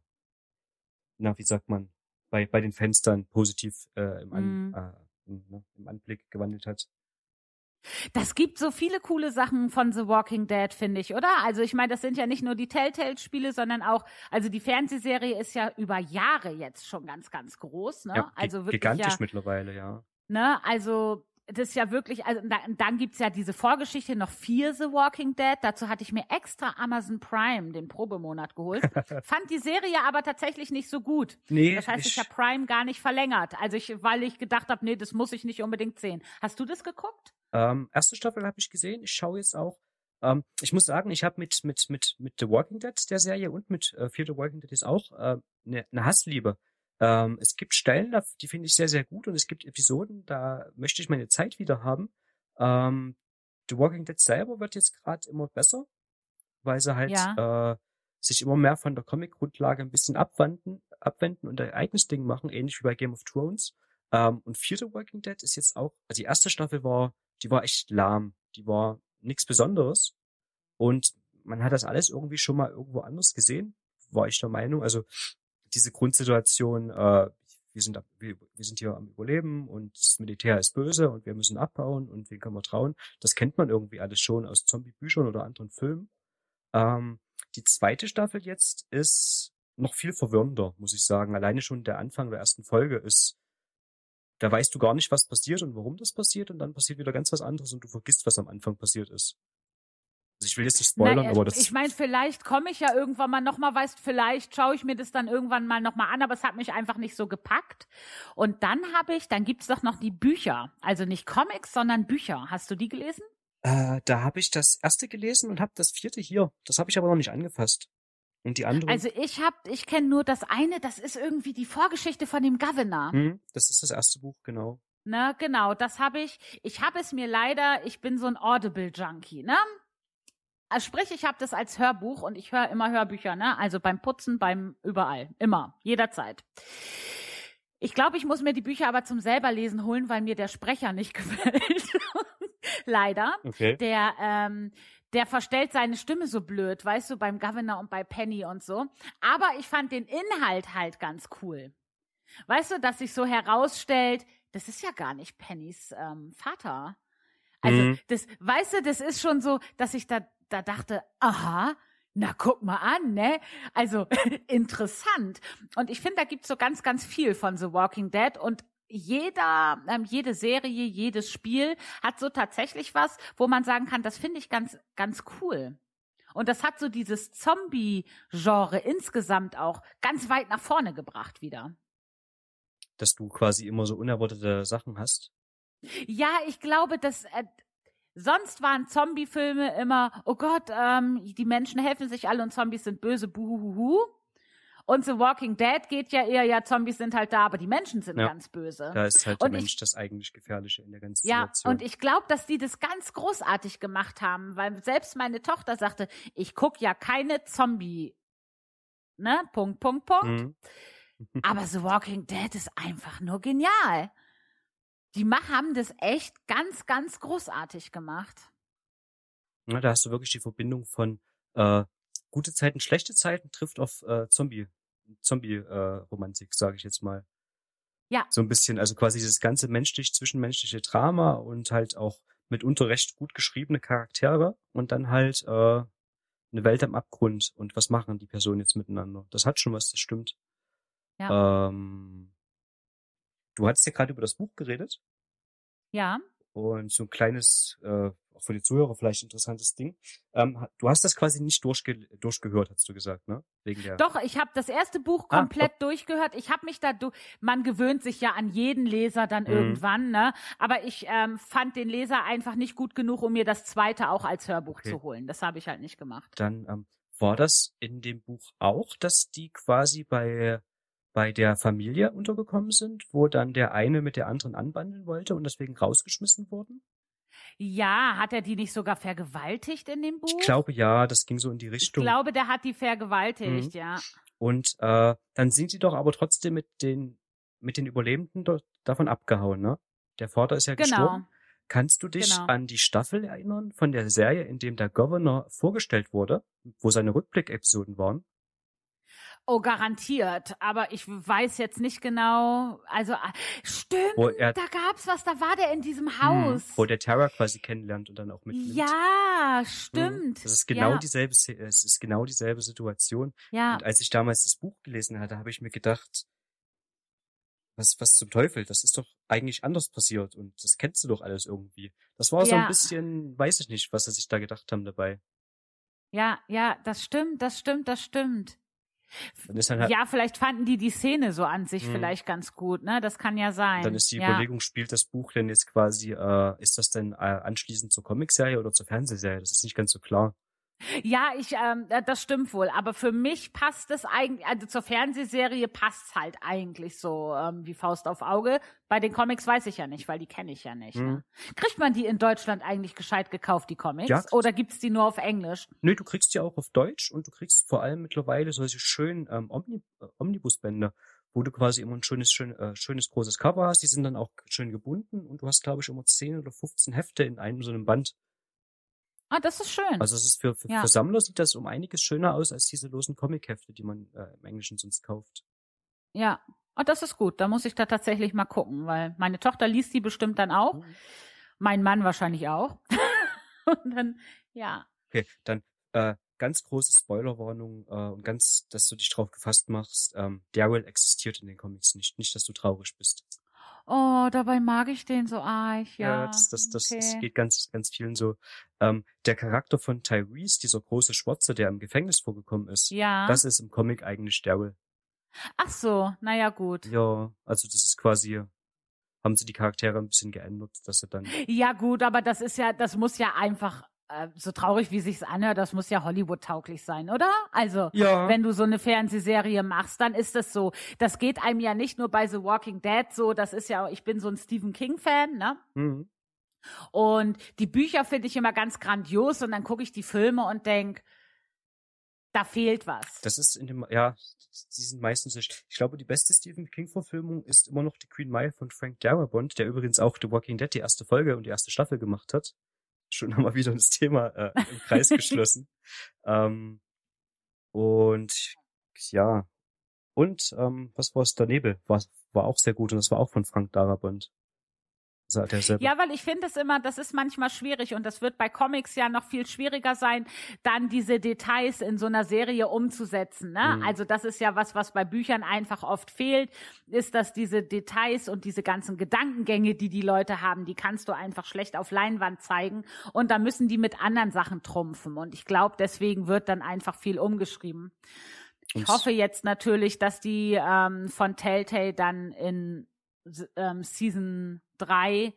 wie sagt man, bei den Fenstern positiv im Anblick gewandelt hat. Das gibt so viele coole Sachen von The Walking Dead, finde ich, oder? Also ich meine, das sind ja nicht nur die Telltale-Spiele, sondern auch, also die Fernsehserie ist ja über Jahre jetzt schon ganz, ganz groß, ne? Ja, also wirklich gigantisch mittlerweile, ja. Ne, also das ist ja wirklich, also dann gibt's ja diese Vorgeschichte noch 4 The Walking Dead. Dazu hatte ich mir extra Amazon Prime den Probemonat geholt. Fand die Serie aber tatsächlich nicht so gut. Nee, das heißt, ich habe Prime gar nicht verlängert. Also weil ich gedacht habe, nee, das muss ich nicht unbedingt sehen. Hast du das geguckt? Erste Staffel habe ich gesehen. Ich schaue jetzt auch. Ich muss sagen, ich habe mit The Walking Dead der Serie und mit Fear the Walking Dead ist auch eine Hassliebe. Es gibt Stellen, die finde ich sehr, sehr gut und es gibt Episoden, da möchte ich meine Zeit wieder haben. The Walking Dead selber wird jetzt gerade immer besser, weil sie halt sich immer mehr von der Comic-Grundlage ein bisschen abwenden und ein eigenes Ding machen, ähnlich wie bei Game of Thrones. Und Fear the Walking Dead ist jetzt auch, also die erste Staffel war echt lahm, die war nichts Besonderes und man hat das alles irgendwie schon mal irgendwo anders gesehen, war ich der Meinung. Also diese Grundsituation, wir sind hier am Überleben und das Militär ist böse und wir müssen abbauen und wen können wir trauen, das kennt man irgendwie alles schon aus Zombie-Büchern oder anderen Filmen. Die zweite Staffel jetzt ist noch viel verwirrender, muss ich sagen. Alleine schon der Anfang der ersten Folge ist, da weißt du gar nicht, was passiert und warum das passiert und dann passiert wieder ganz was anderes und du vergisst, was am Anfang passiert ist. Also ich will jetzt nicht spoilern, aber das... Ich meine, vielleicht komme ich ja irgendwann mal nochmal, vielleicht schaue ich mir das dann irgendwann mal nochmal an, aber es hat mich einfach nicht so gepackt. Und dann gibt's doch noch die Bücher. Also nicht Comics, sondern Bücher. Hast du die gelesen? Da habe ich das erste gelesen und habe das 4. hier. Das habe ich aber noch nicht angefasst. Und die anderen? Also ich kenne nur das eine, das ist irgendwie die Vorgeschichte von dem Governor. Das ist das erste Buch, genau. Na, genau, das habe ich. Ich habe es mir leider, ich bin so ein Audible-Junkie, ne? Also sprich, ich habe das als Hörbuch und ich höre immer Hörbücher, ne? Also beim Putzen, beim überall, immer, jederzeit. Ich glaube, ich muss mir die Bücher aber zum selber lesen holen, weil mir der Sprecher nicht gefällt. Leider. Okay. Der verstellt seine Stimme so blöd, weißt du, beim Governor und bei Penny und so. Aber ich fand den Inhalt halt ganz cool. Weißt du, dass sich so herausstellt, das ist ja gar nicht Pennys Vater. Also, das, weißt du, das ist schon so, dass ich da dachte, aha, na guck mal an, ne? Also, interessant. Und ich finde, da gibt's so ganz, ganz viel von The Walking Dead und jede Serie, jedes Spiel hat so tatsächlich was, wo man sagen kann, das finde ich ganz, ganz cool. Und das hat so dieses Zombie-Genre insgesamt auch ganz weit nach vorne gebracht wieder. Dass du quasi immer so unerwartete Sachen hast. Ja, ich glaube, dass sonst waren Zombie-Filme immer, oh Gott, die Menschen helfen sich alle und Zombies sind böse, buhuhuhu. Und The Walking Dead geht ja eher, ja, Zombies sind halt da, aber die Menschen sind ganz böse. Da ist halt der Mensch das eigentlich Gefährliche in der ganzen Situation. Ja, und ich glaube, dass die das ganz großartig gemacht haben, weil selbst meine Tochter sagte, ich guck ja keine Zombie, ne, Punkt. Aber The Walking Dead ist einfach nur genial. Die haben das echt ganz, ganz großartig gemacht. Ja, da hast du wirklich die Verbindung von gute Zeiten, schlechte Zeiten trifft auf Zombie-Romantik, sage ich jetzt mal. Ja. So ein bisschen, also quasi dieses ganze zwischenmenschliche Drama und halt auch mitunter recht gut geschriebene Charaktere und dann halt eine Welt am Abgrund und was machen die Personen jetzt miteinander. Das hat schon was, das stimmt. Ja. Du hattest ja gerade über das Buch geredet. Ja. Und so ein kleines, auch für die Zuhörer vielleicht interessantes Ding. Du hast das quasi nicht durchgehört, hast du gesagt, ne? Wegen der. Doch, ich habe das erste Buch komplett durchgehört. Ich habe mich man gewöhnt sich ja an jeden Leser dann irgendwann, ne? Aber ich fand den Leser einfach nicht gut genug, um mir das zweite auch als Hörbuch zu holen. Das habe ich halt nicht gemacht. Dann war das in dem Buch auch, dass die quasi bei der Familie untergekommen sind, wo dann der eine mit der anderen anbandeln wollte und deswegen rausgeschmissen wurden? Ja, hat er die nicht sogar vergewaltigt in dem Buch? Ich glaube, ja, das ging so in die Richtung. Ich glaube, der hat die vergewaltigt, ja. Und dann sind sie doch aber trotzdem mit den Überlebenden davon abgehauen, ne? Der Vater ist ja gestorben. Kannst du dich an die Staffel erinnern von der Serie, in dem der Governor vorgestellt wurde, wo seine Rückblick-Episoden waren? Oh, garantiert. Aber ich weiß jetzt nicht genau. Also, stimmt, da gab's was. Da war der in diesem Haus. Wo der Tara quasi kennenlernt und dann auch mitnimmt. Ja, stimmt. Das ist genau dieselbe Situation. Ja. Und als ich damals das Buch gelesen hatte, habe ich mir gedacht, was zum Teufel? Das ist doch eigentlich anders passiert und das kennst du doch alles irgendwie. Das war so ein bisschen, weiß ich nicht, was sie sich da gedacht haben dabei. Ja, das stimmt. Dann ist dann halt, ja, vielleicht fanden die Szene so an sich vielleicht ganz gut, ne? Das kann ja sein. Dann ist die Überlegung, spielt das Buch denn jetzt quasi, ist das denn anschließend zur Comicserie oder zur Fernsehserie? Das ist nicht ganz so klar. Ja, das stimmt wohl. Aber für mich passt es eigentlich, also zur Fernsehserie passt's halt eigentlich so wie Faust auf Auge. Bei den Comics weiß ich ja nicht, weil die kenne ich ja nicht. Ne? Kriegt man die in Deutschland eigentlich gescheit gekauft, die Comics? Ja. Oder gibt's die nur auf Englisch? Nö, du kriegst die auch auf Deutsch und du kriegst vor allem mittlerweile solche schönen Omnibusbände, wo du quasi immer ein schönes großes Cover hast. Die sind dann auch schön gebunden und du hast, glaube ich, immer 10 oder 15 Hefte in einem so einem Band. Ah, das ist schön. Also es ist für Sammler sieht das um einiges schöner aus als diese losen Comic-Hefte, die man im Englischen sonst kauft. Ja, das ist gut. Da muss ich da tatsächlich mal gucken, weil meine Tochter liest die bestimmt dann auch. Mein Mann wahrscheinlich auch. Und dann, ja. Okay, dann ganz große Spoilerwarnung und ganz, dass du dich drauf gefasst machst. Daryl existiert in den Comics nicht. Nicht, dass du traurig bist. Oh, dabei mag ich den so arg, ja. Das geht ganz, ganz vielen so. Der Charakter von Tyrese, dieser große Schwarze, der im Gefängnis vorgekommen ist, das ist im Comic eigentlich Daryl. Ach so, naja, gut. Ja, also das ist quasi, haben sie die Charaktere ein bisschen geändert, dass sie dann... Ja gut, aber das muss ja einfach, so traurig wie sich's anhört, das muss ja Hollywood-tauglich sein, oder? Also, wenn du so eine Fernsehserie machst, dann ist das so. Das geht einem ja nicht nur bei The Walking Dead so, das ist ja, ich bin so ein Stephen King-Fan, ne? Mhm. Und die Bücher finde ich immer ganz grandios und dann gucke ich die Filme und denk, da fehlt was. Das ist die sind meistens, ich glaube, die beste Stephen King-Verfilmung ist immer noch die Green Mile von Frank Darabont, der übrigens auch The Walking Dead die erste Folge und die erste Staffel gemacht hat. Schon haben wir wieder das Thema im Kreis geschlossen. Und was war es? Der Nebel war auch sehr gut und das war auch von Frank Darabont. sagt er selber. Ja, weil ich finde es immer, das ist manchmal schwierig und das wird bei Comics ja noch viel schwieriger sein, dann diese Details in so einer Serie umzusetzen. Ne? Also das ist ja was bei Büchern einfach oft fehlt, ist, dass diese Details und diese ganzen Gedankengänge, die Leute haben, die kannst du einfach schlecht auf Leinwand zeigen und da müssen die mit anderen Sachen trumpfen. Und ich glaube, deswegen wird dann einfach viel umgeschrieben. Ich hoffe jetzt natürlich, dass die von Telltale dann in Season 3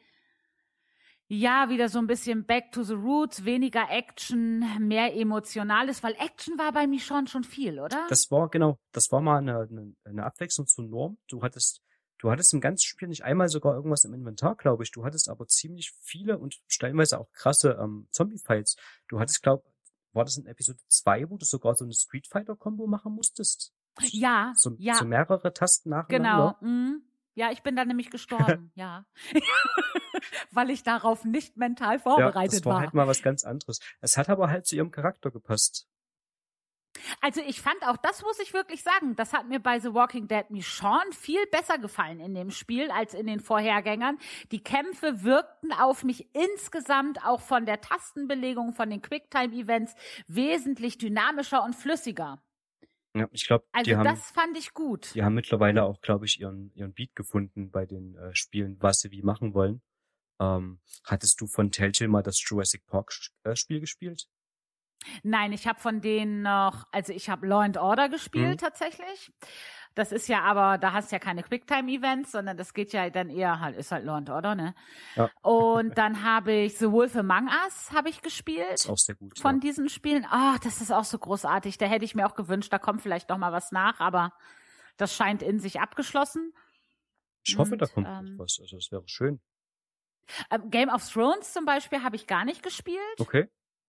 ja wieder so ein bisschen back to the roots, weniger Action, mehr Emotionales, weil Action war bei Michonne schon viel, oder? Das war mal eine Abwechslung zur Norm. Du hattest im ganzen Spiel nicht einmal sogar irgendwas im Inventar, glaube ich. Du hattest aber ziemlich viele und stellenweise auch krasse Zombie-Fights. Du hattest, war das in Episode 2, wo du sogar so eine Street Fighter-Kombo machen musstest? Ja, so ja. So mehrere Tasten nacheinander. Genau. Ja, ich bin da nämlich gestorben, ja. Weil ich darauf nicht mental vorbereitet das war halt mal was ganz anderes. Es hat aber halt zu ihrem Charakter gepasst. Also ich fand auch, das muss ich wirklich sagen, das hat mir bei The Walking Dead Michonne viel besser gefallen in dem Spiel als in den Vorhergängern. Die Kämpfe wirkten auf mich insgesamt auch von der Tastenbelegung, von den Quicktime-Events wesentlich dynamischer und flüssiger. Ja, ich glaube, Also das fand ich gut. Die haben mittlerweile auch, glaube ich, ihren Beat gefunden bei den Spielen, was sie wie machen wollen. Hattest du von Telltale mal das Jurassic Park Spiel gespielt? Nein, ich habe von denen noch, also ich habe Law and Order gespielt tatsächlich. Das ist ja aber, da hast du ja keine Quicktime-Events, sondern das geht ja dann eher halt, ist halt Law and Order, ne? Ja. Und dann habe ich The Wolf Among Us habe ich gespielt. Ist auch sehr gut. Von diesen Spielen. Das ist auch so großartig. Da hätte ich mir auch gewünscht, da kommt vielleicht noch mal was nach, aber das scheint in sich abgeschlossen. Ich hoffe, da kommt noch was. Also das wäre schön. Game of Thrones zum Beispiel habe ich gar nicht gespielt. Okay.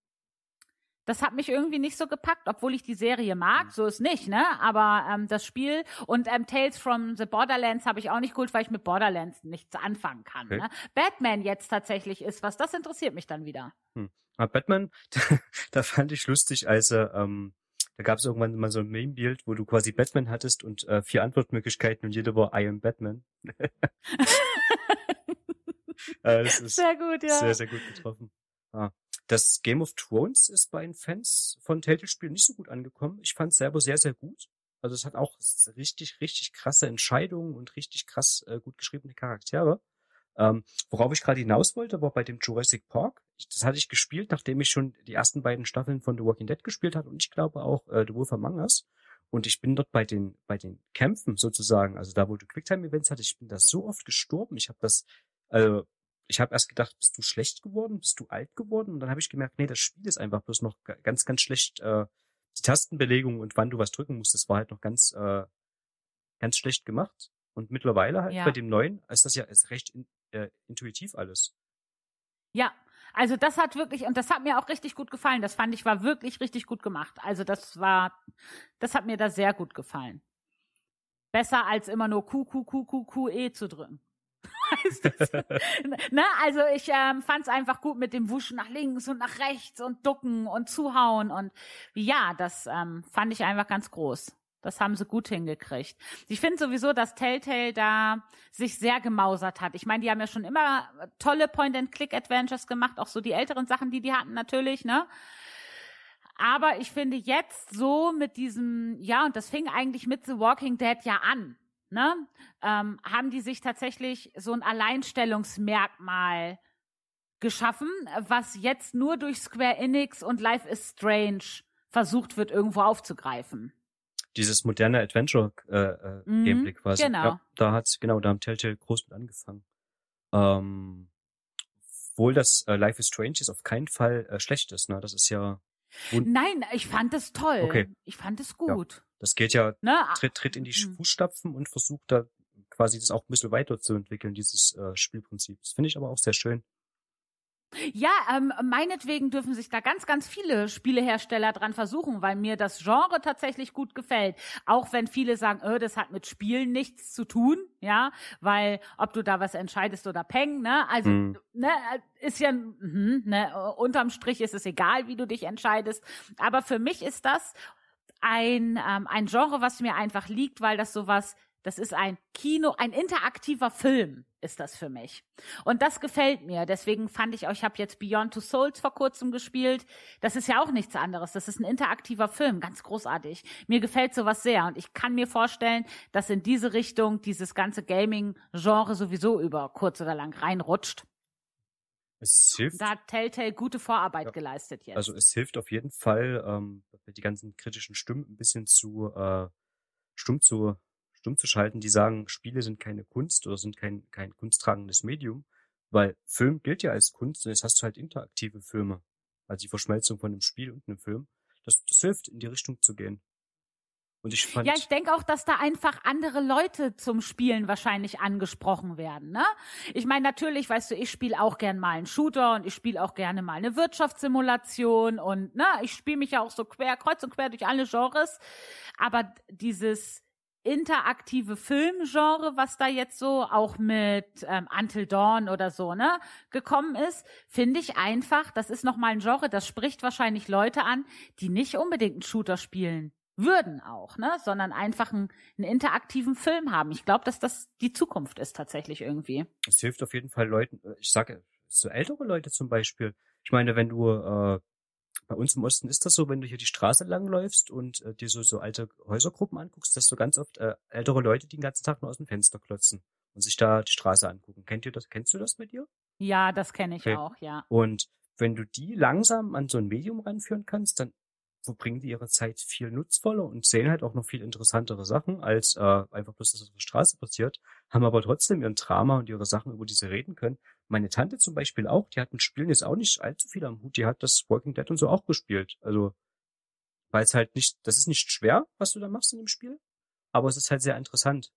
Das hat mich irgendwie nicht so gepackt, obwohl ich die Serie mag, so ist nicht, ne? Aber das Spiel und Tales from the Borderlands habe ich auch nicht geholt, weil ich mit Borderlands nichts anfangen kann. Okay. Ne? Batman jetzt tatsächlich ist was, das interessiert mich dann wieder. Batman, da fand ich lustig, als da gab es irgendwann mal so ein Meme-Bild, wo du quasi Batman hattest und 4 Antwortmöglichkeiten und jede war I am Batman. Das ist sehr gut, ja. Sehr, sehr gut getroffen. Das Game of Thrones ist bei den Fans von Telltale-Spielen nicht so gut angekommen. Ich fand es selber sehr, sehr gut. Also es hat auch richtig, richtig krasse Entscheidungen und richtig krass gut geschriebene Charaktere. Worauf ich gerade hinaus wollte, war bei dem Jurassic Park. Das hatte ich gespielt, nachdem ich schon die ersten beiden Staffeln von The Walking Dead gespielt habe und ich glaube auch The Wolf Among Us. Und ich bin dort bei den Kämpfen sozusagen, also da, wo du Quicktime-Events hattest, ich bin da so oft gestorben. Ich habe erst gedacht, bist du schlecht geworden? Bist du alt geworden? Und dann habe ich gemerkt, nee, das Spiel ist einfach bloß noch ganz, ganz schlecht. Die Tastenbelegung und wann du was drücken musst, das war halt noch ganz schlecht gemacht. Und mittlerweile halt bei dem neuen ist das ja recht intuitiv alles. Ja, also das hat wirklich, und das hat mir auch richtig gut gefallen. Das fand ich war wirklich richtig gut gemacht. Also das hat mir da sehr gut gefallen. Besser als immer nur QE zu drücken. Ne? Also ich fand's einfach gut mit dem Wuschen nach links und nach rechts und ducken und zuhauen und ja, das fand ich einfach ganz groß. Das haben sie gut hingekriegt. Ich finde sowieso, dass Telltale da sich sehr gemausert hat. Ich meine, die haben ja schon immer tolle Point-and-Click-Adventures gemacht, auch so die älteren Sachen, die hatten natürlich, ne? Aber ich finde jetzt so mit diesem, ja, und das fing eigentlich mit The Walking Dead ja an, ne? Haben die sich tatsächlich so ein Alleinstellungsmerkmal geschaffen, was jetzt nur durch Square Enix und Life is Strange versucht wird, irgendwo aufzugreifen. Dieses moderne Adventure-Gameplay quasi. Genau. Ja, da haben Telltale groß mit angefangen. Obwohl das Life is Strange ist auf keinen Fall schlecht ist, ne? Das ist ja... Nein, ich fand es toll. Okay. Ich fand es gut. Ja, das geht ja, ne? tritt in die Fußstapfen und versucht da quasi das auch ein bisschen weiterzuentwickeln, dieses Spielprinzip. Das finde ich aber auch sehr schön. Ja, meinetwegen dürfen sich da ganz, ganz viele Spielehersteller dran versuchen, weil mir das Genre tatsächlich gut gefällt. Auch wenn viele sagen, das hat mit Spielen nichts zu tun, ja, weil ob du da was entscheidest oder peng, ne, also, ne, ist ja, ne, unterm Strich ist es egal, wie du dich entscheidest. Aber für mich ist das ein Genre, was mir einfach liegt, weil das sowas Das ist ein ein interaktiver Film ist das für mich. Und das gefällt mir. Deswegen fand ich auch, ich habe jetzt Beyond Two Souls vor kurzem gespielt. Das ist ja auch nichts anderes. Das ist ein interaktiver Film, ganz großartig. Mir gefällt sowas sehr und ich kann mir vorstellen, dass in diese Richtung dieses ganze Gaming-Genre sowieso über kurz oder lang reinrutscht. Es hilft. Da hat Telltale gute Vorarbeit geleistet jetzt. Also es hilft auf jeden Fall, die ganzen kritischen Stimmen ein bisschen stumm zu schalten, die sagen, Spiele sind keine Kunst oder sind kein kunsttragendes Medium, weil Film gilt ja als Kunst und jetzt hast du halt interaktive Filme, also die Verschmelzung von einem Spiel und einem Film. Das hilft, in die Richtung zu gehen. Und ich denke auch, dass da einfach andere Leute zum Spielen wahrscheinlich angesprochen werden, ne? Ich meine, natürlich, weißt du, ich spiele auch gern mal einen Shooter und ich spiele auch gerne mal eine Wirtschaftssimulation und, ne, ich spiele mich ja auch so kreuz und quer durch alle Genres, aber dieses interaktive Filmgenre, was da jetzt so auch mit Until Dawn oder so, ne, gekommen ist, finde ich einfach, das ist nochmal ein Genre, das spricht wahrscheinlich Leute an, die nicht unbedingt einen Shooter spielen würden auch, ne, sondern einfach einen interaktiven Film haben. Ich glaube, dass das die Zukunft ist tatsächlich irgendwie. Es hilft auf jeden Fall Leuten, ich sage, so ältere Leute zum Beispiel. Ich meine, wenn du bei uns im Osten ist das so, wenn du hier die Straße langläufst und dir so alte Häusergruppen anguckst, dass du ganz oft ältere Leute, die den ganzen Tag nur aus dem Fenster klotzen und sich da die Straße angucken. Kennst du das mit dir? Ja, das kenne ich auch, ja. Und wenn du die langsam an so ein Medium ranführen kannst, dann verbringen die ihre Zeit viel nutzvoller und sehen halt auch noch viel interessantere Sachen, als einfach bloß, dass es auf der Straße passiert, haben aber trotzdem ihren Drama und ihre Sachen, über die sie reden können. Meine Tante zum Beispiel auch, die hat mit Spielen jetzt auch nicht allzu viel am Hut, die hat das Walking Dead und so auch gespielt. Also, weil es halt nicht, das ist nicht schwer, was du da machst in dem Spiel, aber es ist halt sehr interessant.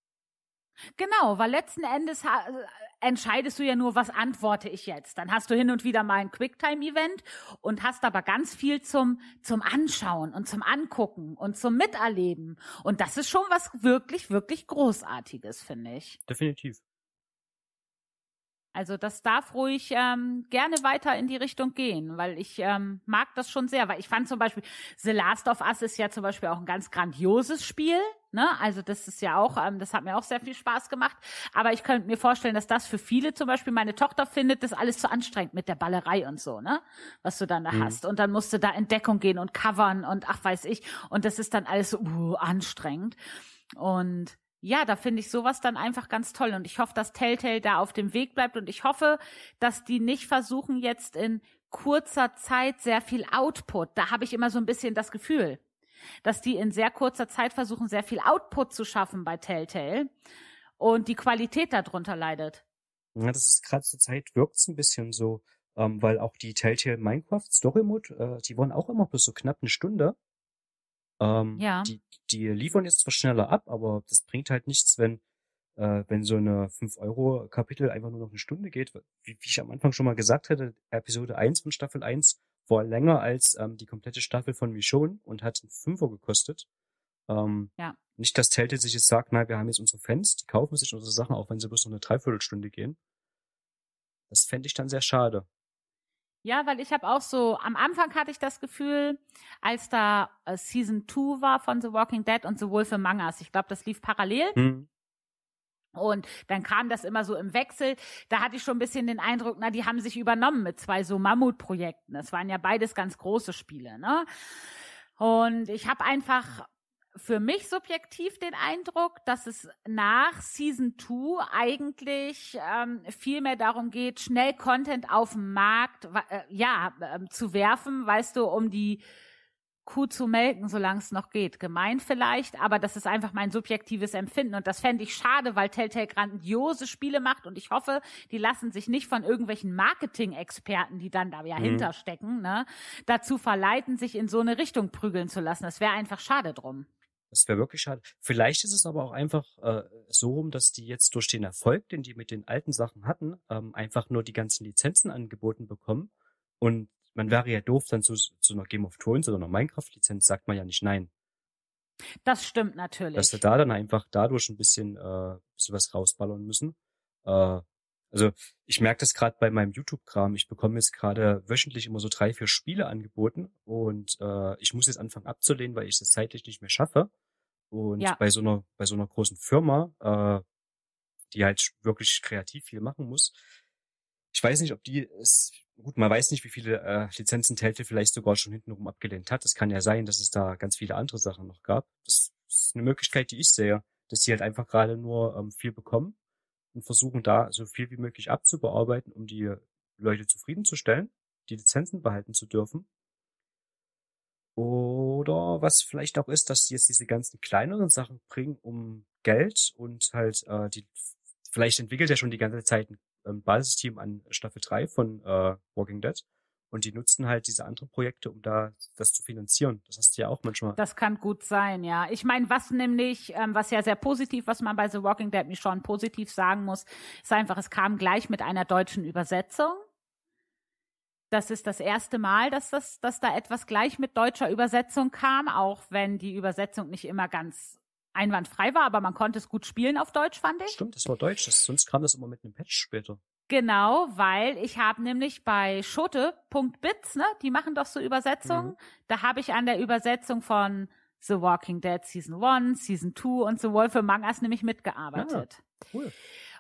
Genau, weil letzten Endes entscheidest du ja nur, was antworte ich jetzt. Dann hast du hin und wieder mal ein Quicktime-Event und hast aber ganz viel zum Anschauen und zum Angucken und zum Miterleben. Und das ist schon was wirklich, wirklich Großartiges, finde ich. Definitiv. Also das darf ruhig gerne weiter in die Richtung gehen, weil ich mag das schon sehr. Weil ich fand zum Beispiel, The Last of Us ist ja zum Beispiel auch ein ganz grandioses Spiel. Ne? Also das ist ja auch, das hat mir auch sehr viel Spaß gemacht. Aber ich könnte mir vorstellen, dass das für viele, zum Beispiel meine Tochter findet, das alles zu anstrengend mit der Ballerei und so, ne? Was du dann da hast. Und dann musst du da in Deckung gehen und covern und ach weiß ich. Und das ist dann alles so anstrengend. Und ja, da finde ich sowas dann einfach ganz toll. Und ich hoffe, dass Telltale da auf dem Weg bleibt. Und ich hoffe, dass die nicht versuchen, jetzt in kurzer Zeit sehr viel Output. Da habe ich immer so ein bisschen das Gefühl, dass die in sehr kurzer Zeit versuchen, sehr viel Output zu schaffen bei Telltale und die Qualität darunter leidet. Ja, das ist gerade zur Zeit, wirkt's ein bisschen so, weil auch die Telltale Minecraft Story Mode, die waren auch immer bloß so knapp eine Stunde. Ja. Die liefern jetzt zwar schneller ab, aber das bringt halt nichts, wenn so eine 5-Euro-Kapitel einfach nur noch eine Stunde geht. Wie ich am Anfang schon mal gesagt hatte, Episode 1 von Staffel 1 war länger als die komplette Staffel von Michonne und hat einen Fünfer gekostet. Ja. Nicht, dass Telltale sich jetzt sagt, na, wir haben jetzt unsere Fans, die kaufen sich unsere Sachen, auch wenn sie bloß noch eine Dreiviertelstunde gehen. Das fände ich dann sehr schade. Ja, weil ich habe auch so, am Anfang hatte ich das Gefühl, als da Season 2 war von The Walking Dead und The Wolf Among Us, ich glaube, das lief parallel. Und dann kam das immer so im Wechsel. Da hatte ich schon ein bisschen den Eindruck, na, die haben sich übernommen mit 2 so Mammutprojekten. Das waren ja beides ganz große Spiele, ne? Und ich habe einfach für mich subjektiv den Eindruck, dass es nach Season 2 eigentlich viel mehr darum geht, schnell Content auf den Markt zu werfen, weißt du, um die Kuh zu melken, solange es noch geht. Gemein vielleicht, aber das ist einfach mein subjektives Empfinden und das fände ich schade, weil Telltale grandiose Spiele macht und ich hoffe, die lassen sich nicht von irgendwelchen Marketing-Experten, die dann da ja hinterstecken, ne, dazu verleiten, sich in so eine Richtung prügeln zu lassen. Das wäre einfach schade drum. Das wäre wirklich schade. Vielleicht ist es aber auch einfach so rum, dass die jetzt durch den Erfolg, den die mit den alten Sachen hatten, einfach nur die ganzen Lizenzen angeboten bekommen. Und man wäre ja doof, dann zu einer Game of Thrones oder einer Minecraft-Lizenz sagt man ja nicht nein. Das stimmt natürlich. Dass sie da dann einfach dadurch ein bisschen was rausballern müssen. Also ich merke das gerade bei meinem YouTube-Kram. Ich bekomme jetzt gerade wöchentlich immer so 3, 4 Spiele angeboten und ich muss jetzt anfangen abzulehnen, weil ich das zeitlich nicht mehr schaffe. Und Ja, bei so einer großen Firma, die halt wirklich kreativ viel machen muss, ich weiß nicht, ob gut, man weiß nicht, wie viele Lizenzen Telltale vielleicht sogar schon hintenrum abgelehnt hat. Es kann ja sein, dass es da ganz viele andere Sachen noch gab. Das ist eine Möglichkeit, die ich sehe, dass sie halt einfach gerade nur viel bekommen und versuchen da so viel wie möglich abzubearbeiten, um die Leute zufriedenzustellen, die Lizenzen behalten zu dürfen. Oder was vielleicht auch ist, dass sie jetzt diese ganzen kleineren Sachen bringen, um Geld und halt vielleicht entwickelt ja schon die ganze Zeit ein Basisteam an Staffel 3 von Walking Dead und die nutzen halt diese anderen Projekte, um da das zu finanzieren. Das hast du ja auch manchmal. das kann gut sein, ja. Ich meine, was nämlich, was ja sehr positiv, was man bei The Walking Dead schon positiv sagen muss, ist einfach, es kam gleich mit einer deutschen Übersetzung. Das ist das erste Mal, dass da etwas gleich mit deutscher Übersetzung kam, auch wenn die Übersetzung nicht immer ganz einwandfrei war, aber man konnte es gut spielen auf Deutsch, fand ich. Stimmt, das war Deutsch. Sonst kam das immer mit einem Patch später. Genau, weil ich habe nämlich bei Schote.bits, ne, die machen doch so Übersetzungen, da habe ich an der Übersetzung von The Walking Dead Season 1, Season 2 und The Wolf Among Us nämlich mitgearbeitet. Cool.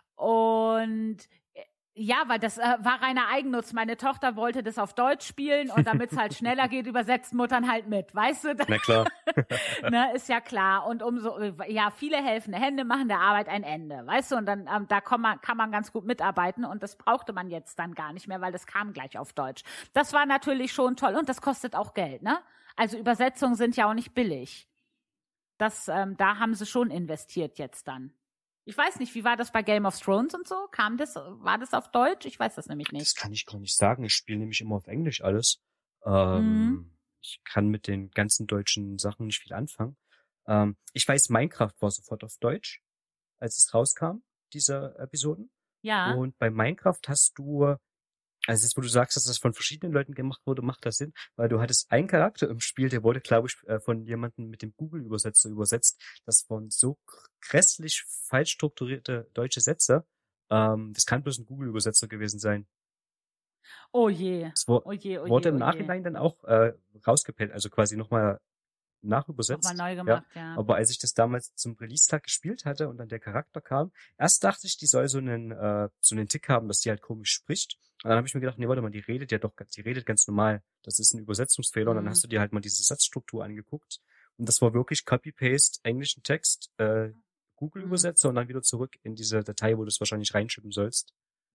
Und ja, weil das war reiner Eigennutz. Meine Tochter wollte das auf Deutsch spielen und damit es halt schneller geht, übersetzt Muttern halt mit, weißt du? Na klar. Ne, ist ja klar. Und viele helfende Hände machen der Arbeit ein Ende, weißt du? Und dann da kann man ganz gut mitarbeiten und das brauchte man jetzt dann gar nicht mehr, weil das kam gleich auf Deutsch. Das war natürlich schon toll und das kostet auch Geld, ne? Also Übersetzungen sind ja auch nicht billig. Da haben sie schon investiert jetzt dann. Ich weiß nicht, wie war das bei Game of Thrones und so? War das auf Deutsch? Ich weiß das nämlich nicht. Das kann ich gar nicht sagen. Ich spiele nämlich immer auf Englisch alles. Ich kann mit den ganzen deutschen Sachen nicht viel anfangen. Ich weiß, Minecraft war sofort auf Deutsch, als es rauskam, diese Episoden. Ja. Und bei Minecraft hast du, also jetzt, wo du sagst, dass das von verschiedenen Leuten gemacht wurde, macht das Sinn, weil du hattest einen Charakter im Spiel, der wurde, glaube ich, von jemandem mit dem Google-Übersetzer übersetzt. Das waren so grässlich falsch strukturierte deutsche Sätze. Das kann bloß ein Google-Übersetzer gewesen sein. Oh je. Das wurde im Nachhinein dann auch rausgepellt, also quasi nochmal nachübersetzt. Nochmal neu gemacht, ja. Aber als ich das damals zum Release-Tag gespielt hatte und dann der Charakter kam, erst dachte ich, die soll so einen Tick haben, dass die halt komisch spricht. Und dann habe ich mir gedacht, nee, warte mal, die redet ganz normal. Das ist ein Übersetzungsfehler. Und dann hast du dir halt mal diese Satzstruktur angeguckt. Und das war wirklich Copy-Paste, englischen Text, Google-Übersetzer und dann wieder zurück in diese Datei, wo du es wahrscheinlich reinschippen sollst.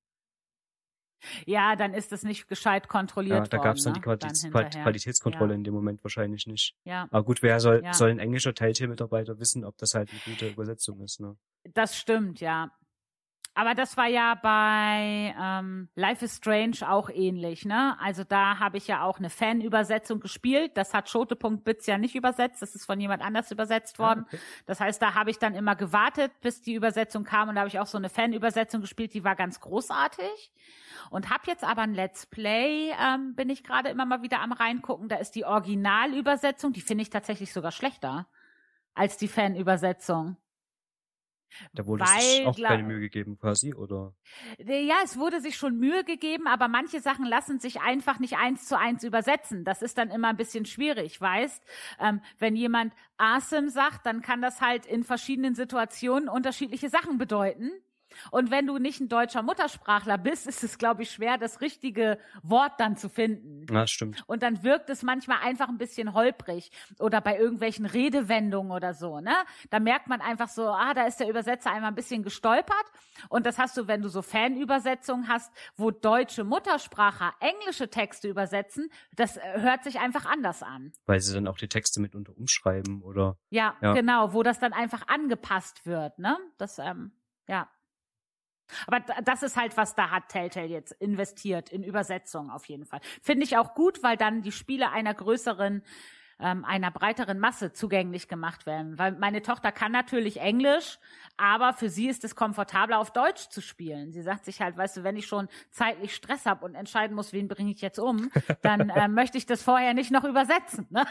Ja, dann ist das nicht gescheit kontrolliert worden. Ja, da gab es dann die Qualitätskontrolle in dem Moment wahrscheinlich nicht. Ja. Aber gut, soll ein englischer Telltale-Mitarbeiter wissen, ob das halt eine gute Übersetzung ist, ne? Das stimmt, ja. Aber das war ja bei Life is Strange auch ähnlich, ne? Also da habe ich ja auch eine Fanübersetzung gespielt. Das hat Schote.bits ja nicht übersetzt. Das ist von jemand anders übersetzt worden. Okay. Das heißt, da habe ich dann immer gewartet, bis die Übersetzung kam. Und da habe ich auch so eine Fanübersetzung gespielt. Die war ganz großartig. Und habe jetzt aber ein Let's Play, bin ich gerade immer mal wieder am reingucken. Da ist die Originalübersetzung. Die finde ich tatsächlich sogar schlechter als die Fanübersetzung. Da wurde sich auch keine Mühe gegeben quasi, oder? Ja, es wurde sich schon Mühe gegeben, aber manche Sachen lassen sich einfach nicht 1:1 übersetzen. Das ist dann immer ein bisschen schwierig, weißt? Wenn jemand awesome sagt, dann kann das halt in verschiedenen Situationen unterschiedliche Sachen bedeuten. Und wenn du nicht ein deutscher Muttersprachler bist, ist es, glaube ich, schwer, das richtige Wort dann zu finden. Ja, stimmt. Und dann wirkt es manchmal einfach ein bisschen holprig oder bei irgendwelchen Redewendungen oder so, ne? Da merkt man einfach so, da ist der Übersetzer einmal ein bisschen gestolpert. Und das hast du, wenn du so Fanübersetzungen hast, wo deutsche Muttersprachler englische Texte übersetzen, das hört sich einfach anders an. Weil sie dann auch die Texte mitunter umschreiben, oder? Ja, genau, wo das dann einfach angepasst wird, ne? Das, ja. Aber das ist halt, was da hat Telltale jetzt investiert, in Übersetzung auf jeden Fall. Finde ich auch gut, weil dann die Spiele einer breiteren Masse zugänglich gemacht werden. Weil meine Tochter kann natürlich Englisch, aber für sie ist es komfortabler, auf Deutsch zu spielen. Sie sagt sich halt, weißt du, wenn ich schon zeitlich Stress habe und entscheiden muss, wen bringe ich jetzt um, dann möchte ich das vorher nicht noch übersetzen. Ne?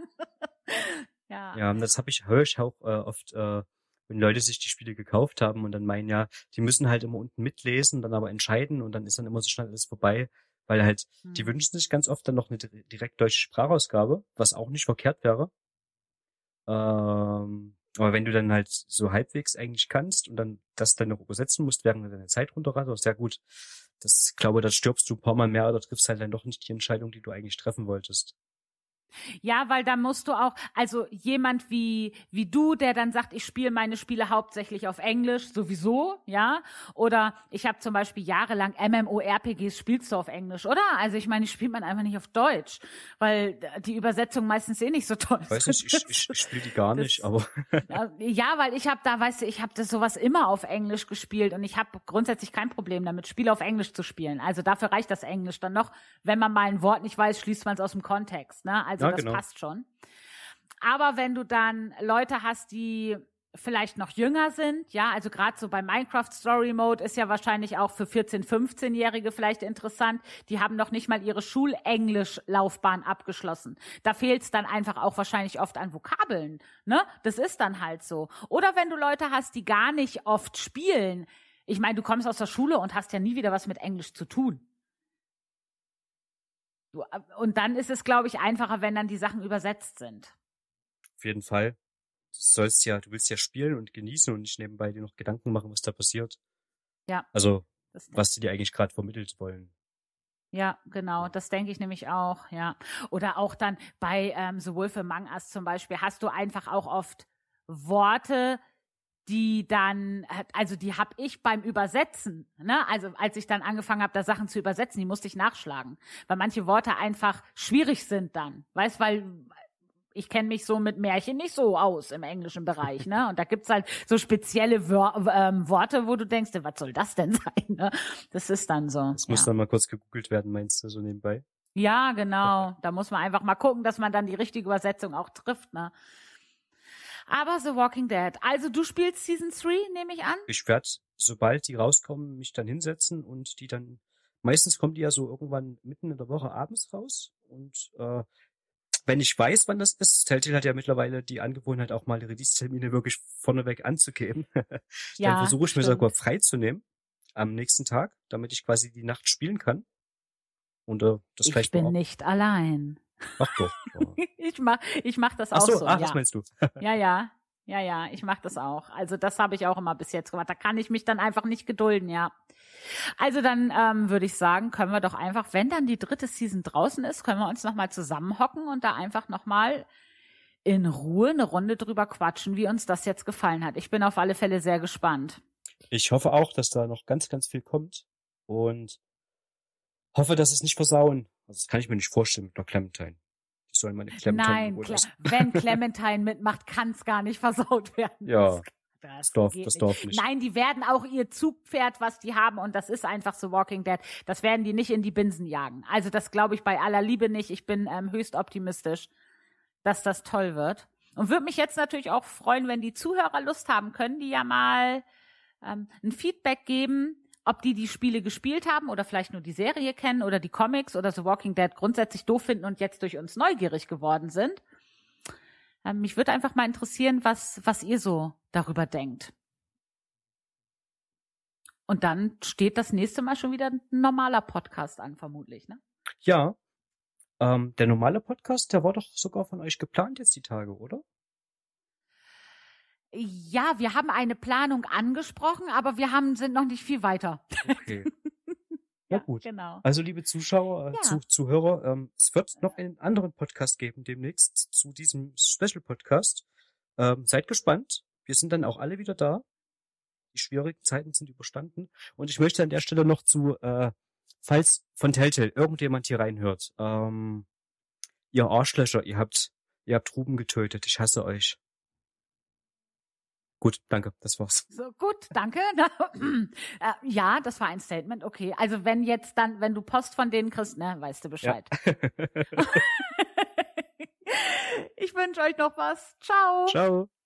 Ja, das höre ich auch oft, wenn Leute sich die Spiele gekauft haben und dann meinen, ja, die müssen halt immer unten mitlesen, dann aber entscheiden und dann ist dann immer so schnell alles vorbei, weil halt, die wünschen sich ganz oft dann noch eine direkt deutsche Sprachausgabe, was auch nicht verkehrt wäre. Aber wenn du dann halt so halbwegs eigentlich kannst und dann das dann noch übersetzen musst, während du deine Zeit runterratterst, sehr gut. Das glaube, da stirbst du ein paar Mal mehr oder triffst halt dann doch nicht die Entscheidung, die du eigentlich treffen wolltest. Ja, weil da musst du auch, also jemand wie du, der dann sagt, ich spiele meine Spiele hauptsächlich auf Englisch, sowieso, ja, oder ich habe zum Beispiel jahrelang MMORPGs, spielst du auf Englisch, oder? Also ich meine, die spielt man einfach nicht auf Deutsch, weil die Übersetzung meistens eh nicht so toll ist. Weiß nicht, ich spiele die gar nicht, aber ja, weil ich habe da, weißt du, ich habe das sowas immer auf Englisch gespielt und ich habe grundsätzlich kein Problem damit, Spiele auf Englisch zu spielen. Also dafür reicht das Englisch dann noch. Wenn man mal ein Wort nicht weiß, schließt man es aus dem Kontext, ne? Also ja, das genau. passt schon. Aber wenn du dann Leute hast, die vielleicht noch jünger sind, ja, also gerade so bei Minecraft Story Mode ist ja wahrscheinlich auch für 14-, 15-Jährige vielleicht interessant, die haben noch nicht mal ihre Schulenglisch-Laufbahn abgeschlossen. Da fehlt es dann einfach auch wahrscheinlich oft an Vokabeln, ne? Das ist dann halt so. Oder wenn du Leute hast, die gar nicht oft spielen. Ich meine, du kommst aus der Schule und hast ja nie wieder was mit Englisch zu tun. Und dann ist es, glaube ich, einfacher, wenn dann die Sachen übersetzt sind. Auf jeden Fall. Du willst ja spielen und genießen und nicht nebenbei dir noch Gedanken machen, was da passiert. Ja. Also, was sie dir eigentlich gerade vermittelt wollen. Ja, genau, das denke ich nämlich auch, ja. Oder auch dann bei The Wolf Among Us zum Beispiel hast du einfach auch oft Worte, die dann, also die habe ich beim Übersetzen, ne, also als ich dann angefangen habe, da Sachen zu übersetzen, die musste ich nachschlagen, weil manche Worte einfach schwierig sind dann, weißt, weil ich kenne mich so mit Märchen nicht so aus im englischen Bereich, ne, und da gibt's halt so spezielle Worte, wo du denkst, was soll das denn sein, ne, das ist dann so. Das muss dann mal kurz gegoogelt werden, meinst du, so nebenbei? Ja, genau, da muss man einfach mal gucken, dass man dann die richtige Übersetzung auch trifft, ne. Aber The Walking Dead. Also du spielst Season 3, nehme ich an? Ich werde, sobald die rauskommen, mich dann hinsetzen und die dann, meistens kommen die ja so irgendwann mitten in der Woche abends raus. Und wenn ich weiß, wann das ist, Telltale hat ja mittlerweile die Angewohnheit, auch mal die Release-Termine wirklich vorneweg anzugeben. Ja, dann versuche ich mir stimmt. sogar freizunehmen am nächsten Tag, damit ich quasi die Nacht spielen kann. Und das Ich vielleicht bin auch. nicht allein. Ach doch. Ja. Ich mach das Ach auch so, so, das ja. meinst du. Ja, ich mach das auch. Also das habe ich auch immer bis jetzt gemacht. Da kann ich mich dann einfach nicht gedulden, ja. Also dann würde ich sagen, können wir doch einfach, wenn dann die 3. Season draußen ist, können wir uns nochmal zusammenhocken und da einfach nochmal in Ruhe eine Runde drüber quatschen, wie uns das jetzt gefallen hat. Ich bin auf alle Fälle sehr gespannt. Ich hoffe auch, dass da noch ganz, ganz viel kommt und hoffe, dass es nicht versauen. Also das kann ich mir nicht vorstellen mit einer Clementine. Die sollen meine Clementine Nein, lassen. wenn Clementine mitmacht, kann es gar nicht versaut werden. Ja, Das darf nicht. Nein, die werden auch ihr Zugpferd, was die haben, und das ist einfach so Walking Dead, das werden die nicht in die Binsen jagen. Also das glaube ich bei aller Liebe nicht. Ich bin höchst optimistisch, dass das toll wird. Und würde mich jetzt natürlich auch freuen, wenn die Zuhörer Lust haben, können die ja mal ein Feedback geben, ob die Spiele gespielt haben oder vielleicht nur die Serie kennen oder die Comics oder The Walking Dead grundsätzlich doof finden und jetzt durch uns neugierig geworden sind. Mich würde einfach mal interessieren, was ihr so darüber denkt. Und dann steht das nächste Mal schon wieder ein normaler Podcast an, vermutlich, ne? Ja, der normale Podcast, der war doch sogar von euch geplant jetzt die Tage, oder? Ja, wir haben eine Planung angesprochen, aber wir sind noch nicht viel weiter. Okay. Ja, gut. Genau. Also, liebe Zuschauer, Zuhörer, es wird noch einen anderen Podcast geben demnächst zu diesem Special-Podcast. Seid gespannt. Wir sind dann auch alle wieder da. Die schwierigen Zeiten sind überstanden. Und ich möchte an der Stelle noch falls von Telltale irgendjemand hier reinhört, ihr Arschlöcher, ihr habt Ruben getötet. Ich hasse euch. Gut, danke, das war's. So, gut, danke. Ja, das war ein Statement, okay. Also wenn du Post von denen kriegst, ne, weißt du Bescheid. Ja. Ich wünsche euch noch was. Ciao. Ciao.